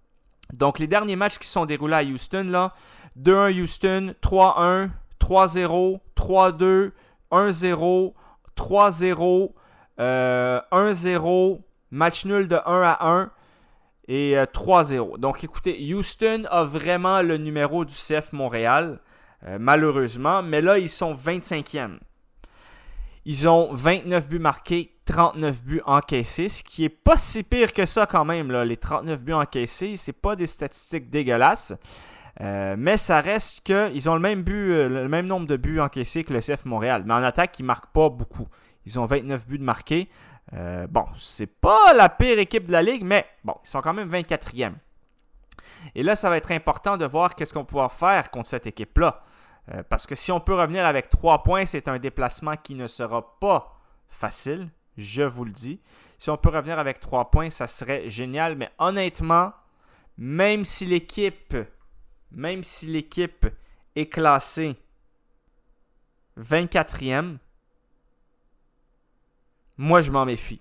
Speaker 4: Donc, les derniers matchs qui se sont déroulés à Houston, là, deux un Houston, trois un, trois zéro, trois deux, un zéro, trois zéro, euh, un zéro, match nul de un à un et euh, trois zéro. Donc, écoutez, Houston a vraiment le numéro du C F Montréal, euh, malheureusement, mais là, ils sont vingt-cinquième. Ils ont vingt-neuf buts marqués, trente-neuf buts encaissés, ce qui est pas si pire que ça quand même. Là. Les trente-neuf buts encaissés, c'est pas des statistiques dégueulasses. Euh, mais ça reste qu'ils ont le même, but, euh, le même nombre de buts encaissés que le C F Montréal. Mais en attaque, ils ne marquent pas beaucoup. Ils ont vingt-neuf buts de marqués. Euh, bon, c'est pas la pire équipe de la Ligue, mais bon, ils sont quand même vingt-quatrième. Et là, ça va être important de voir qu'est-ce qu'on va pouvoir faire contre cette équipe-là. Euh, parce que si on peut revenir avec trois points, c'est un déplacement qui ne sera pas facile, je vous le dis. Si on peut revenir avec trois points, ça serait génial. Mais honnêtement, même si l'équipe, même si l'équipe est classée vingt-quatrième, moi je m'en méfie.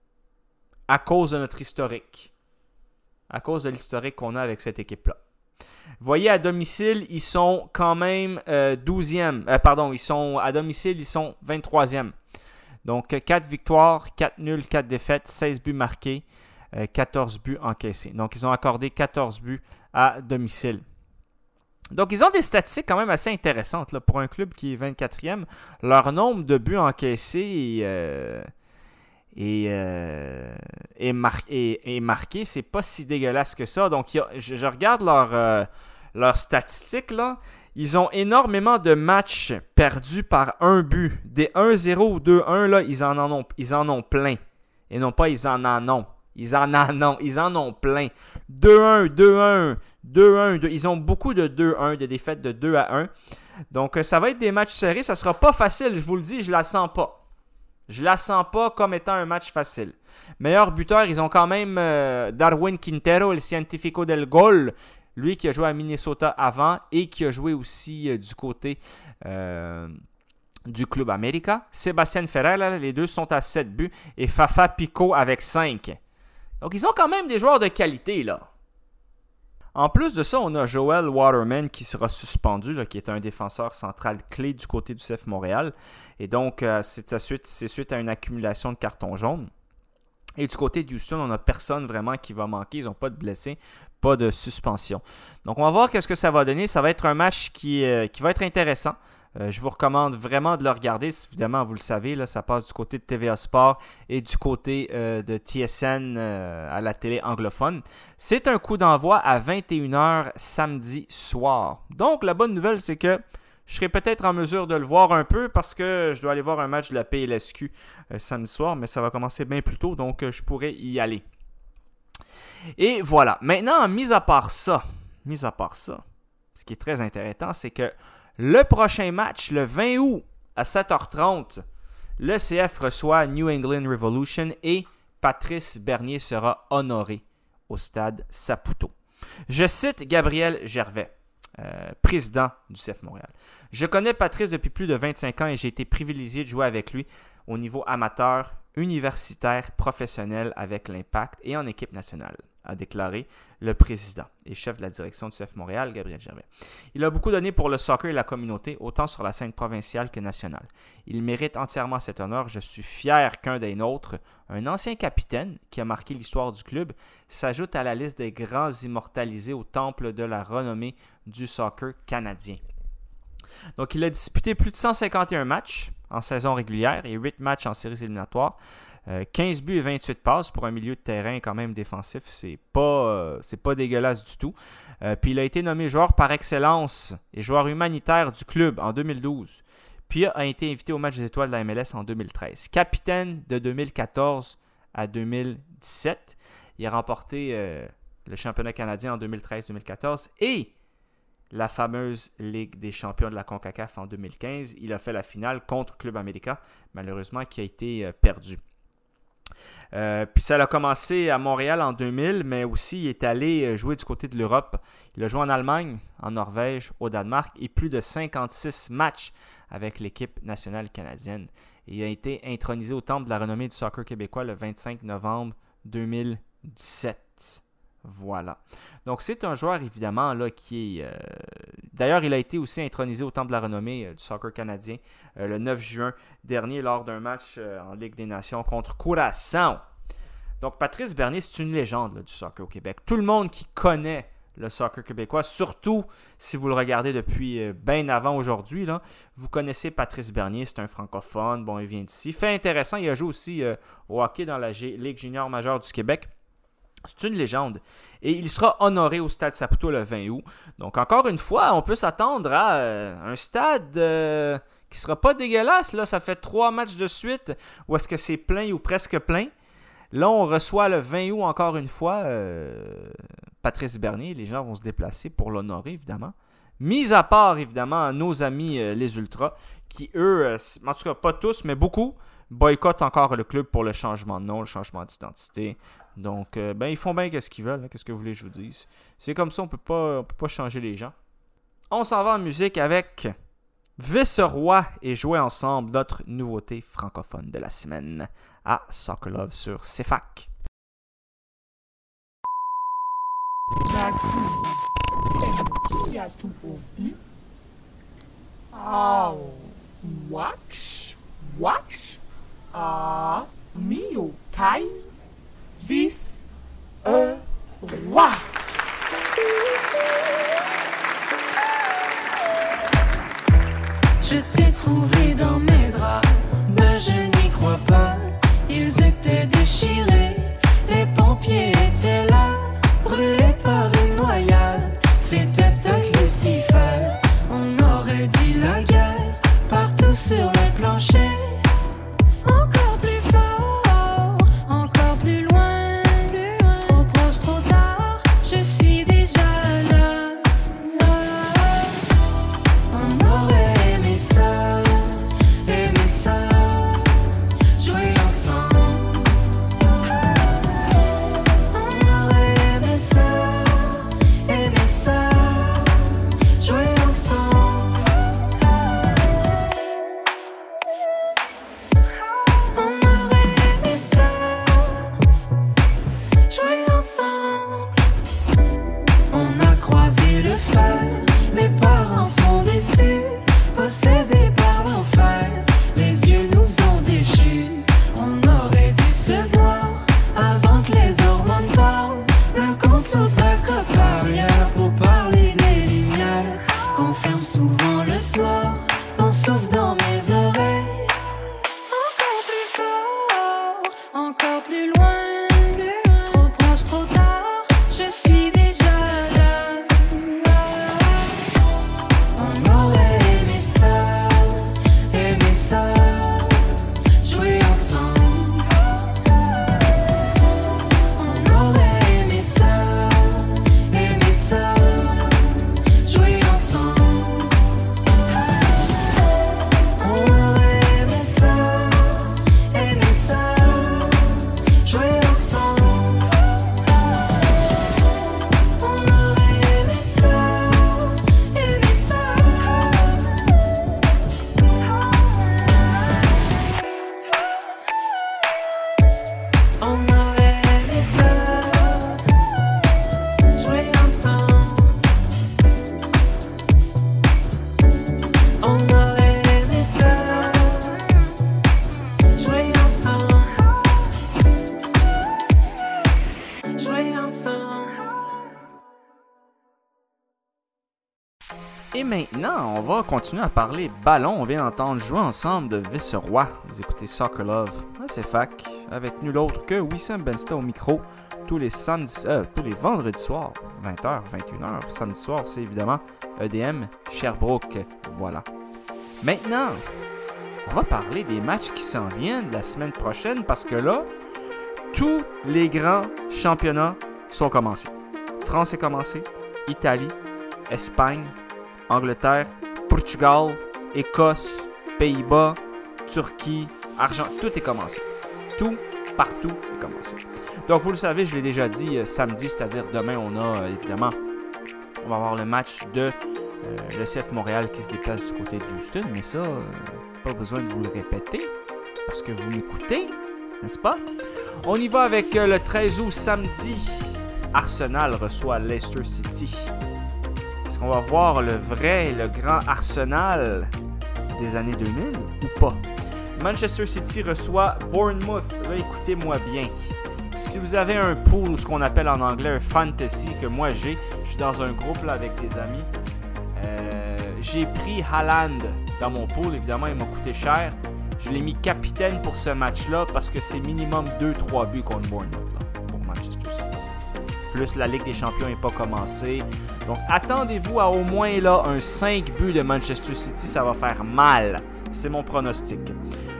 Speaker 4: À cause de notre historique. À cause de l'historique qu'on a avec cette équipe-là. Vous voyez, à domicile, ils sont quand même euh, douzième. Euh, pardon, ils sont à domicile, ils sont vingt-troisième. Donc, quatre victoires, quatre nuls, quatre défaites, seize buts marqués, euh, quatorze buts encaissés. Donc, ils ont accordé quatorze buts à domicile. Donc, ils ont des statistiques quand même assez intéressantes là, pour un club qui est vingt-quatrième. Leur nombre de buts encaissés est, euh, est, euh, est, mar- est, est marqué. C'est pas si dégueulasse que ça. Donc, il y a, je, je regarde leur, euh, leurs statistiques là. Ils ont énormément de matchs perdus par un but. Des un zéro ou deux un, là, ils en, en ont, ils en ont plein. Et non pas ils en en ont. Ils en en ont. Ils en ont plein. deux un, deux un, deux un. deux. Ils ont beaucoup de deux un, de défaites de deux à un. Donc, ça va être des matchs serrés. Ça ne sera pas facile, je vous le dis, je la sens pas. Je la sens pas comme étant un match facile. Meilleur buteur, ils ont quand même euh, Darwin Quintero, le Científico del Gol. Lui qui a joué à Minnesota avant et qui a joué aussi euh, du côté euh, du Club América. Sébastien Ferrer, là, les deux sont à sept buts. Et Fafa Picault avec cinq. Donc, ils ont quand même des joueurs de qualité, là. En plus de ça, on a Joel Waterman qui sera suspendu, là, qui est un défenseur central clé du côté du C F Montréal. Et donc, euh, c'est, suite, c'est suite à une accumulation de cartons jaunes. Et du côté de Houston, on n'a personne vraiment qui va manquer. Ils n'ont pas de blessés, pas de suspension. Donc, on va voir qu'est-ce que ça va donner. Ça va être un match qui, euh, qui va être intéressant. Euh, je vous recommande vraiment de le regarder. Évidemment, vous le savez, là, ça passe du côté de T V A Sport et du côté euh, de T S N euh, à la télé anglophone. C'est un coup d'envoi à vingt et une heures samedi soir. Donc, la bonne nouvelle, c'est que je serai peut-être en mesure de le voir un peu parce que je dois aller voir un match de la P L S Q euh, samedi soir, mais ça va commencer bien plus tôt, donc euh, je pourrais y aller. Et voilà. Maintenant, mis à part ça, mis à part ça, ce qui est très intéressant, c'est que le prochain match, le vingt août à sept heures trente, le C F reçoit New England Revolution et Patrice Bernier sera honoré au stade Saputo. Je cite Gabriel Gervais, euh, président du C F Montréal. « Je connais Patrice depuis plus de vingt-cinq ans et j'ai été privilégié de jouer avec lui au niveau amateur, universitaire, professionnel avec l'Impact et en équipe nationale », a déclaré le président et chef de la direction du C F Montréal, Gabriel Gervais. Il a beaucoup donné pour le soccer et la communauté, autant sur la scène provinciale que nationale. Il mérite entièrement cet honneur. Je suis fier qu'un des nôtres, un ancien capitaine qui a marqué l'histoire du club, s'ajoute à la liste des grands immortalisés au temple de la renommée du soccer canadien. Donc, il a disputé plus de cent cinquante et un matchs en saison régulière et huit matchs en séries éliminatoires. Euh, quinze buts et vingt-huit passes pour un milieu de terrain quand même défensif, c'est pas, euh, c'est pas dégueulasse du tout. Euh, puis il a été nommé joueur par excellence et joueur humanitaire du club en deux mille douze. Puis a été invité au match des étoiles de la M L S en deux mille treize. Capitaine de deux mille quatorze à deux mille dix-sept. Il a remporté euh, le championnat canadien en deux mille treize deux mille quatorze et la fameuse Ligue des champions de la CONCACAF en deux mille quinze. Il a fait la finale contre Club América, malheureusement qui a été euh, perdu. Euh, puis ça a commencé à Montréal en deux mille, mais aussi il est allé jouer du côté de l'Europe. Il a joué en Allemagne, en Norvège, au Danemark et plus de cinquante-six matchs avec l'équipe nationale canadienne. Et il a été intronisé au temple de la renommée du soccer québécois le vingt-cinq novembre deux mille dix-sept. Voilà. Donc, c'est un joueur, évidemment, là, qui est... Euh... D'ailleurs, il a été aussi intronisé au Temple de la renommée euh, du soccer canadien euh, le neuf juin dernier lors d'un match euh, en Ligue des Nations contre Curaçao. Donc, Patrice Bernier, c'est une légende là, du soccer au Québec. Tout le monde qui connaît le soccer québécois, surtout si vous le regardez depuis euh, bien avant aujourd'hui, là, vous connaissez Patrice Bernier, c'est un francophone, bon, il vient d'ici. Fait intéressant, il a joué aussi euh, au hockey dans la G- Ligue junior majeure du Québec. C'est une légende. Et il sera honoré au Stade Saputo le vingt août. Donc, encore une fois, on peut s'attendre à euh, un stade euh, qui ne sera pas dégueulasse. Là, ça fait trois matchs de suite où est-ce que c'est plein ou presque plein. Là, on reçoit le vingt août encore une fois euh, Patrice Bernier. Les gens vont se déplacer pour l'honorer, évidemment. Mis à part, évidemment, nos amis euh, les Ultras, qui, eux, euh, en tout cas pas tous, mais beaucoup, boycottent encore le club pour le changement de nom, le changement d'identité. Donc, euh, ben, ils font bien ce qu'ils veulent. Hein, qu'est-ce que vous voulez que je vous dise? C'est comme ça, on peut pas, on peut pas changer les gens. On s'en va en musique avec Vice-Roi et jouer ensemble notre nouveauté francophone de la semaine à Soccer Love sur C F A C.
Speaker 5: Qui a tout ouvi? Ah, wax, wax, ah, mio, kai, vis, e, roi.
Speaker 6: Je t'ai trouvé dans mes draps, mais je n'y crois pas. Ils étaient déchirés, les pompiers étaient là, brûlés par une noyade. C'était peut-être Lucifer, on aurait dit la guerre, partout sur les planchers. Encore plus fort, encore plus loin, plus loin. Trop proche, trop tard, je suis déjà là. On aurait aimé ça, aimé ça, jouer ensemble. On aurait aimé ça, aimé ça, jouer ensemble. On aurait aimé ça, jouer ensemble. On a croisé le feu, mes parents sont déçus, possédés par l'enfer, les dieux nous ont déchus. On aurait dû se voir avant que les hormones parlent, l'un contre l'autre backup arrière pour parler des lumières qu'on ferme souvent le soir, qu'on souffle dans mes oreilles. Encore plus fort, encore plus loin, plus loin. Trop proche, trop tard, je suis déjà là. On aurait aimé ça, aimé ça, jouer ensemble. On aurait aimé ça, aimé ça, jouer ensemble. On aurait aimé ça, aimé ça, jouer ensemble. On aurait aimé ça, aimé ça. On aurait aimé ça, jouer ensemble. On aurait aimé ça, jouer ensemble. Jouer ensemble.
Speaker 4: Et maintenant, on va continuer à parler ballon. On vient d'entendre jouer ensemble de Vice-Roi. Vous écoutez Soccer Love à C F A C avec nul autre que Wissam Bensta au micro tous les samedis, euh, tous les vendredis soirs, vingt heures, vingt et une heures. Samedi soir, c'est évidemment E D M Sherbrooke. Voilà. Maintenant, on va parler des matchs qui s'en viennent la semaine prochaine parce que là, tous les grands championnats sont commencés. France est commencé, Italie, Espagne, Angleterre, Portugal, Écosse, Pays-Bas, Turquie, Argentine, tout est commencé. Tout, partout est commencé. Donc, vous le savez, je l'ai déjà dit euh, samedi, c'est-à-dire demain, on a euh, évidemment, on va avoir le match de euh, le C F Montréal qui se déplace du côté de Houston, mais ça, euh, pas besoin de vous le répéter parce que vous m'écoutez, n'est-ce pas? On y va avec euh, le treize août, samedi. Arsenal reçoit Leicester City. Est-ce qu'on va voir le vrai, le grand Arsenal des années deux mille ou pas? Manchester City reçoit Bournemouth. Là, écoutez-moi bien. Si vous avez un pool ou ce qu'on appelle en anglais un fantasy, que moi j'ai, je suis dans un groupe là, avec des amis. Euh, j'ai pris Haaland dans mon pool. Évidemment, il m'a coûté cher. Je l'ai mis capitaine pour ce match-là parce que c'est minimum deux trois buts contre Bournemouth là, pour Manchester City. Plus la Ligue des Champions n'est pas commencée. Donc, attendez-vous à au moins là un cinq buts de Manchester City. Ça va faire mal. C'est mon pronostic.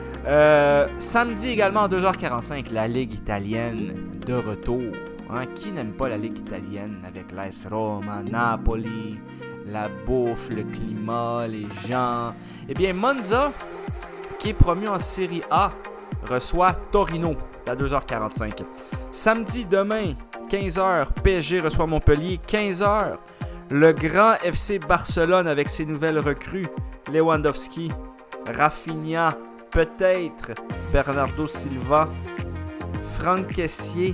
Speaker 4: Euh, samedi également à deux heures quarante-cinq, la Ligue italienne de retour. Hein? Qui n'aime pas la Ligue italienne avec l'A S Roma, Napoli, la bouffe, le climat, les gens? Eh bien, Monza, qui est promu en Série A, reçoit Torino à deux heures quarante-cinq. Samedi, demain, quinze heures, P S G reçoit Montpellier. quinze heures, le grand F C Barcelone avec ses nouvelles recrues, Lewandowski, Rafinha, peut-être Bernardo Silva, Franck Kessié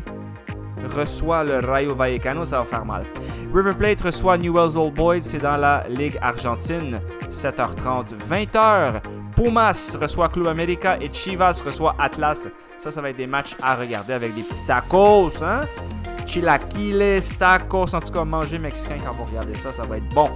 Speaker 4: reçoit le Rayo Vallecano, ça va faire mal. River Plate reçoit Newell's Old Boys, c'est dans la Ligue argentine, sept heures trente. vingt heures, Pumas reçoit Club América et Chivas reçoit Atlas. Ça, ça va être des matchs à regarder avec des petits tacos, hein? Chilaquiles, tacos, en tout cas, manger mexicain quand vous regardez ça, ça va être bon.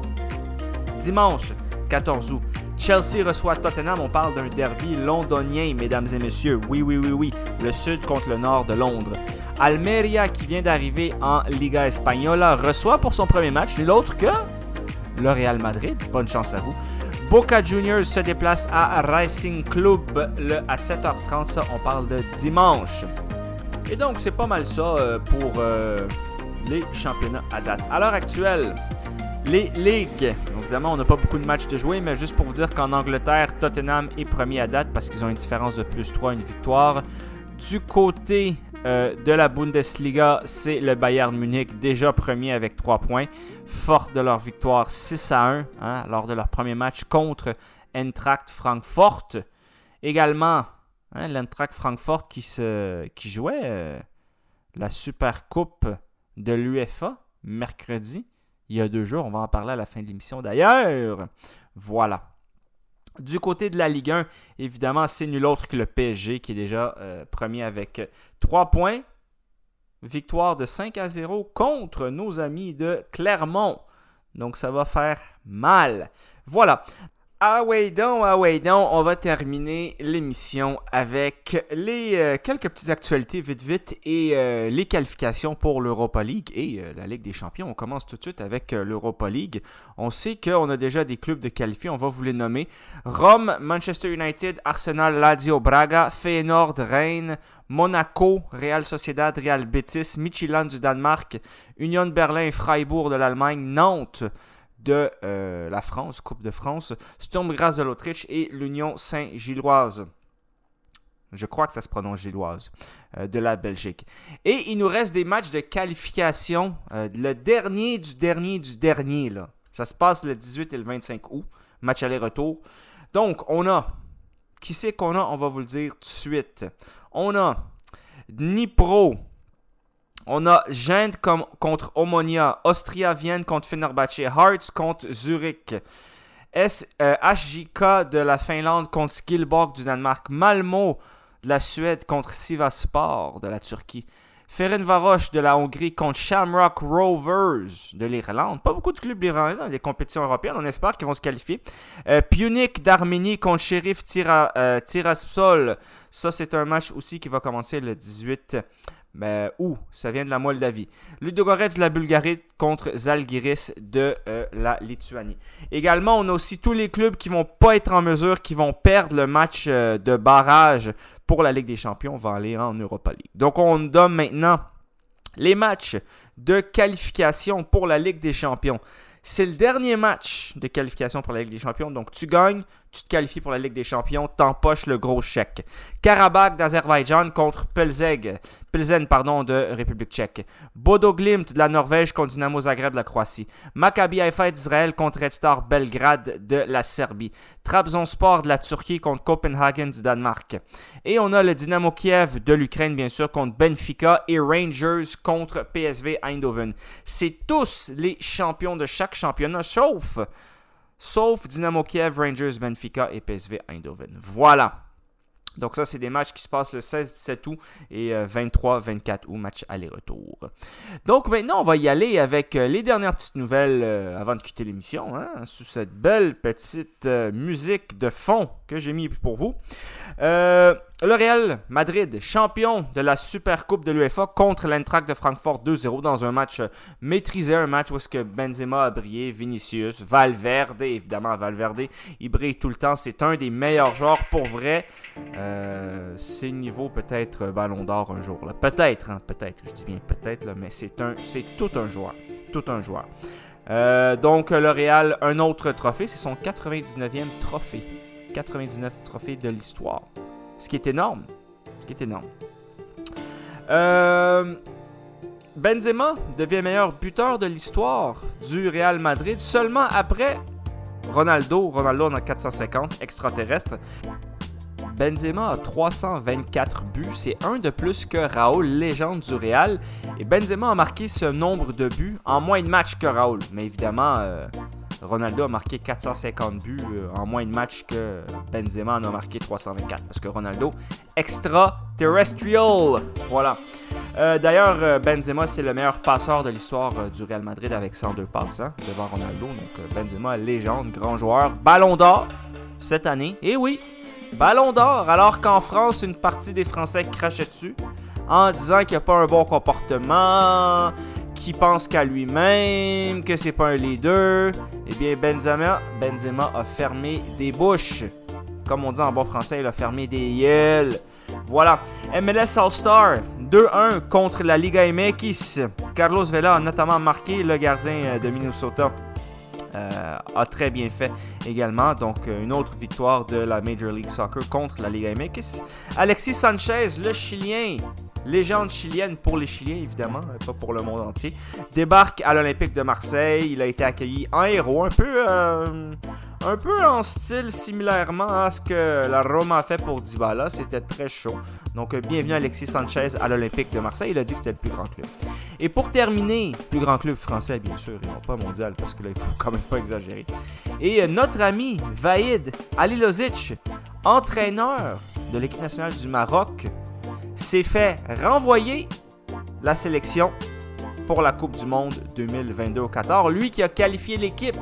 Speaker 4: Dimanche, quatorze août, Chelsea reçoit Tottenham. On parle d'un derby londonien, mesdames et messieurs. Oui, oui, oui, oui. Le sud contre le nord de Londres. Almeria, qui vient d'arriver en Liga Española, reçoit pour son premier match nul autre que le Real Madrid. Bonne chance à vous. Boca Juniors se déplace à Racing Club le, à sept heures trente. Ça, on parle de dimanche. Et donc, c'est pas mal ça euh, pour euh, les championnats à date. À l'heure actuelle, les ligues. Donc, évidemment, on n'a pas beaucoup de matchs de jouer, mais juste pour vous dire qu'en Angleterre, Tottenham est premier à date parce qu'ils ont une différence de plus trois, une victoire. Du côté euh, de la Bundesliga, c'est le Bayern Munich, déjà premier avec trois points, fort de leur victoire six à un hein, lors de leur premier match contre Eintracht Francfort. Également, hein, l'Eintracht Francfort qui, se, qui jouait euh, la Super Coupe de l'U E F A mercredi. Il y a deux jours, on va en parler à la fin de l'émission d'ailleurs. Voilà. Du côté de la Ligue un, évidemment, c'est nul autre que le P S G qui est déjà euh, premier avec trois points. Victoire de cinq à zéro contre nos amis de Clermont. Donc, ça va faire mal. Voilà. Ah ouais donc, ah ouais donc, on va terminer l'émission avec les euh, quelques petites actualités vite vite et euh, les qualifications pour l'Europa League et euh, la Ligue des Champions. On commence tout de suite avec euh, l'Europa League. On sait qu'on a déjà des clubs de qualifiés, on va vous les nommer. Rome, Manchester United, Arsenal, Lazio, Braga, Feyenoord, Rennes, Monaco, Real Sociedad, Real Betis, Midtjylland du Danemark, Union Berlin, Freiburg de l'Allemagne, Nantes de euh, la France, Coupe de France, Sturm Graz de l'Autriche et l'Union Saint-Gilloise. Je crois que ça se prononce Gilloise, euh, de la Belgique. Et il nous reste des matchs de qualification, euh, le dernier du dernier du dernier. Là. Ça se passe le dix-huit et le vingt-cinq août, match aller-retour. Donc, on a, qui c'est qu'on a? On va vous le dire tout de suite. On a Dnipro. On a Gent com- contre Omonia, Austria Vienne contre Fenerbahçe, Hearts contre Zurich, S, euh, H J K de la Finlande contre Skilborg du Danemark, Malmö de la Suède contre Sivasspor de la Turquie, Ferencváros de la Hongrie contre Shamrock Rovers de l'Irlande. Pas beaucoup de clubs irlandais dans les compétitions européennes, on espère qu'ils vont se qualifier. Euh, Punic d'Arménie contre Sheriff Tira, euh, Tiraspol. Ça, c'est un match aussi qui va commencer le dix-huit Ben, où? Ça vient de la Moldavie. Ludogorets de la Bulgarie contre Zalgiris de euh, la Lituanie. Également, on a aussi tous les clubs qui ne vont pas être en mesure, qui vont perdre le match euh, de barrage pour la Ligue des Champions. On va aller en Europa League. Donc, on donne maintenant les matchs de qualification pour la Ligue des Champions. C'est le dernier match de qualification pour la Ligue des Champions. Donc, tu gagnes, tu te qualifies pour la Ligue des Champions, t'empoches le gros chèque. Karabakh d'Azerbaïdjan contre Plzeň, Plzeň pardon, de République tchèque. Bodo Glimt de la Norvège contre Dynamo Zagreb de la Croatie. Maccabi Haïfa d'Israël contre Red Star Belgrade de la Serbie. Trabzonspor de la Turquie contre Copenhagen du Danemark. Et on a le Dynamo Kiev de l'Ukraine, bien sûr, contre Benfica et Rangers contre P S V Eindhoven. C'est tous les champions de chaque championnat, sauf, sauf Dynamo Kiev, Rangers, Benfica et P S V Eindhoven. Voilà. Donc ça, c'est des matchs qui se passent le seize dix-sept août et vingt-trois vingt-quatre août, match aller-retour. Donc maintenant, on va y aller avec les dernières petites nouvelles euh, avant de quitter l'émission, hein, sous cette belle petite euh, musique de fond que j'ai mis pour vous. Euh, le Real Madrid, champion de la Super Coupe de l'UEFA contre l'Eintracht de Francfort deux zéro dans un match maîtrisé, un match où est-ce que Benzema a brillé, Vinicius, Valverde, évidemment Valverde, il brille tout le temps, c'est un des meilleurs joueurs pour vrai. Euh, c'est niveau peut-être Ballon d'Or un jour, là. Peut-être, hein, peut-être, je dis bien peut-être, là, mais c'est, un, c'est tout un joueur, tout un joueur. Euh, donc le Real, un autre trophée, c'est son quatre-vingt-dix-neuvième trophée. quatre-vingt-dix-neuf trophées de l'histoire. Ce qui est énorme. Ce qui est énorme. Euh, Benzema devient meilleur buteur de l'histoire du Real Madrid seulement après Ronaldo. Ronaldo en a quatre cent cinquante, extraterrestre. Benzema a trois cent vingt-quatre buts. C'est un de plus que Raúl, légende du Real. Et Benzema a marqué ce nombre de buts en moins de matchs que Raúl. Mais évidemment... Euh, Ronaldo a marqué quatre cent cinquante buts euh, en moins de matchs que Benzema en a marqué trois cent vingt-quatre. Parce que Ronaldo, extraterrestrial. Voilà. Euh, d'ailleurs, euh, Benzema, c'est le meilleur passeur de l'histoire euh, du Real Madrid avec cent deux passes hein, devant Ronaldo. Donc euh, Benzema, légende, grand joueur. Ballon d'Or cette année. Et oui, Ballon d'Or. Alors qu'en France, une partie des Français crachaient dessus en disant qu'il n'a pas un bon comportement, qui pense qu'à lui-même, que c'est pas un leader. Eh bien, Benzema, Benzema a fermé des bouches. Comme on dit en bon français, il a fermé des gueules. Voilà. M L S All-Star, deux un contre la Liga M X. Carlos Vela a notamment marqué, le gardien de Minnesota. Euh, a très bien fait également. Donc, une autre victoire de la Major League Soccer contre la Liga M X. Alexis Sanchez, le Chilien, légende chilienne pour les Chiliens, évidemment, pas pour le monde entier, débarque à l'Olympique de Marseille. Il a été accueilli en héros, un peu, euh, un peu en style similairement à ce que la Roma a fait pour Dybala. C'était très chaud. Donc, bienvenue Alexis Sanchez à l'Olympique de Marseille. Il a dit que c'était le plus grand club. Et pour terminer, plus grand club français, bien sûr, et non pas mondial, parce que là, il faut quand même pas exagérer. Et notre ami Vahid Halilovic, entraîneur de l'équipe nationale du Maroc, s'est fait renvoyer la sélection pour la Coupe du Monde deux mille vingt-deux au Qatar. Lui qui a qualifié l'équipe.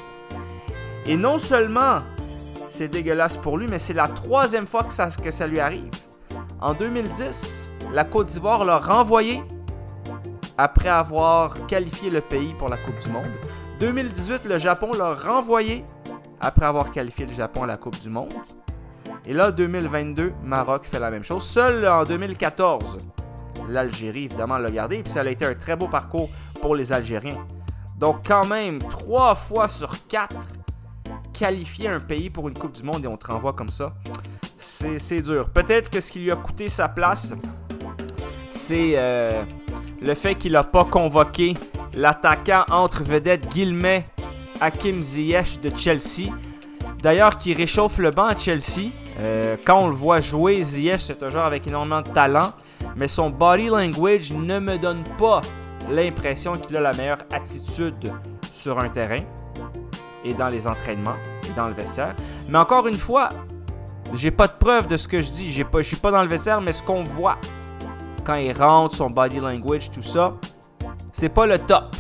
Speaker 4: Et non seulement c'est dégueulasse pour lui, mais c'est la troisième fois que ça, que ça lui arrive. En deux mille dix, la Côte d'Ivoire l'a renvoyé après avoir qualifié le pays pour la Coupe du Monde. deux mille dix-huit, le Japon l'a renvoyé après avoir qualifié le Japon à la Coupe du Monde. Et là, deux mille vingt-deux, Maroc fait la même chose. Seul en deux mille quatorze, l'Algérie, évidemment, l'a gardé. Et puis ça a été un très beau parcours pour les Algériens. Donc quand même, trois fois sur quatre, qualifier un pays pour une Coupe du Monde et on te renvoie comme ça, c'est, c'est dur. Peut-être que ce qui lui a coûté sa place, c'est euh, le fait qu'il n'a pas convoqué l'attaquant entre vedettes Guillemets Hakim Ziyech de Chelsea. D'ailleurs, qui réchauffe le banc à Chelsea. Euh, quand on le voit jouer, Ziyech, c'est un joueur avec énormément de talent. Mais son body language ne me donne pas l'impression qu'il a la meilleure attitude sur un terrain. Et dans les entraînements, et dans le vestiaire. Mais encore une fois, j'ai pas de preuve de ce que je dis. J'ai pas, je suis pas dans le vestiaire, mais ce qu'on voit quand il rentre, son body language, tout ça, c'est pas le top.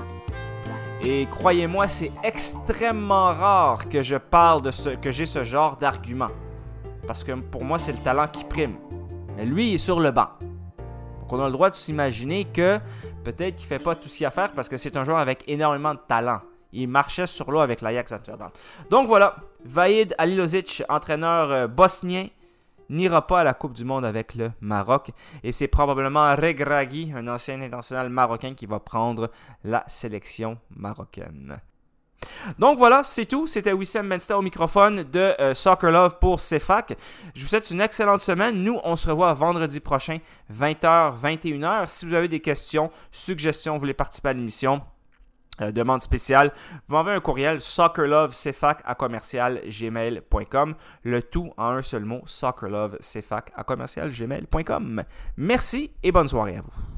Speaker 4: Et croyez-moi, c'est extrêmement rare que je parle de ce, que j'ai ce genre d'argument. Parce que pour moi, c'est le talent qui prime. Mais lui, il est sur le banc. Donc on a le droit de s'imaginer que peut-être qu'il fait pas tout ce qu'il y a à faire parce que c'est un joueur avec énormément de talent. Il marchait sur l'eau avec l'Ajax Amsterdam. Donc voilà, Vahid Halilovic, entraîneur euh, bosnien, n'ira pas à la Coupe du Monde avec le Maroc. Et c'est probablement Regragui, un ancien international marocain, qui va prendre la sélection marocaine. Donc voilà, c'est tout. C'était Wissem Bensta au microphone de euh, Soccer Love pour C F A C. Je vous souhaite une excellente semaine. Nous, on se revoit vendredi prochain, vingt heures, vingt et une heures. Si vous avez des questions, suggestions, vous voulez participer à l'émission, Euh, demande spéciale, vous m'envoyez un courriel soccerlovecfac à commercial gmail point com, le tout en un seul mot, soccerlovecfac à commercial gmail point com. Merci et bonne soirée à vous.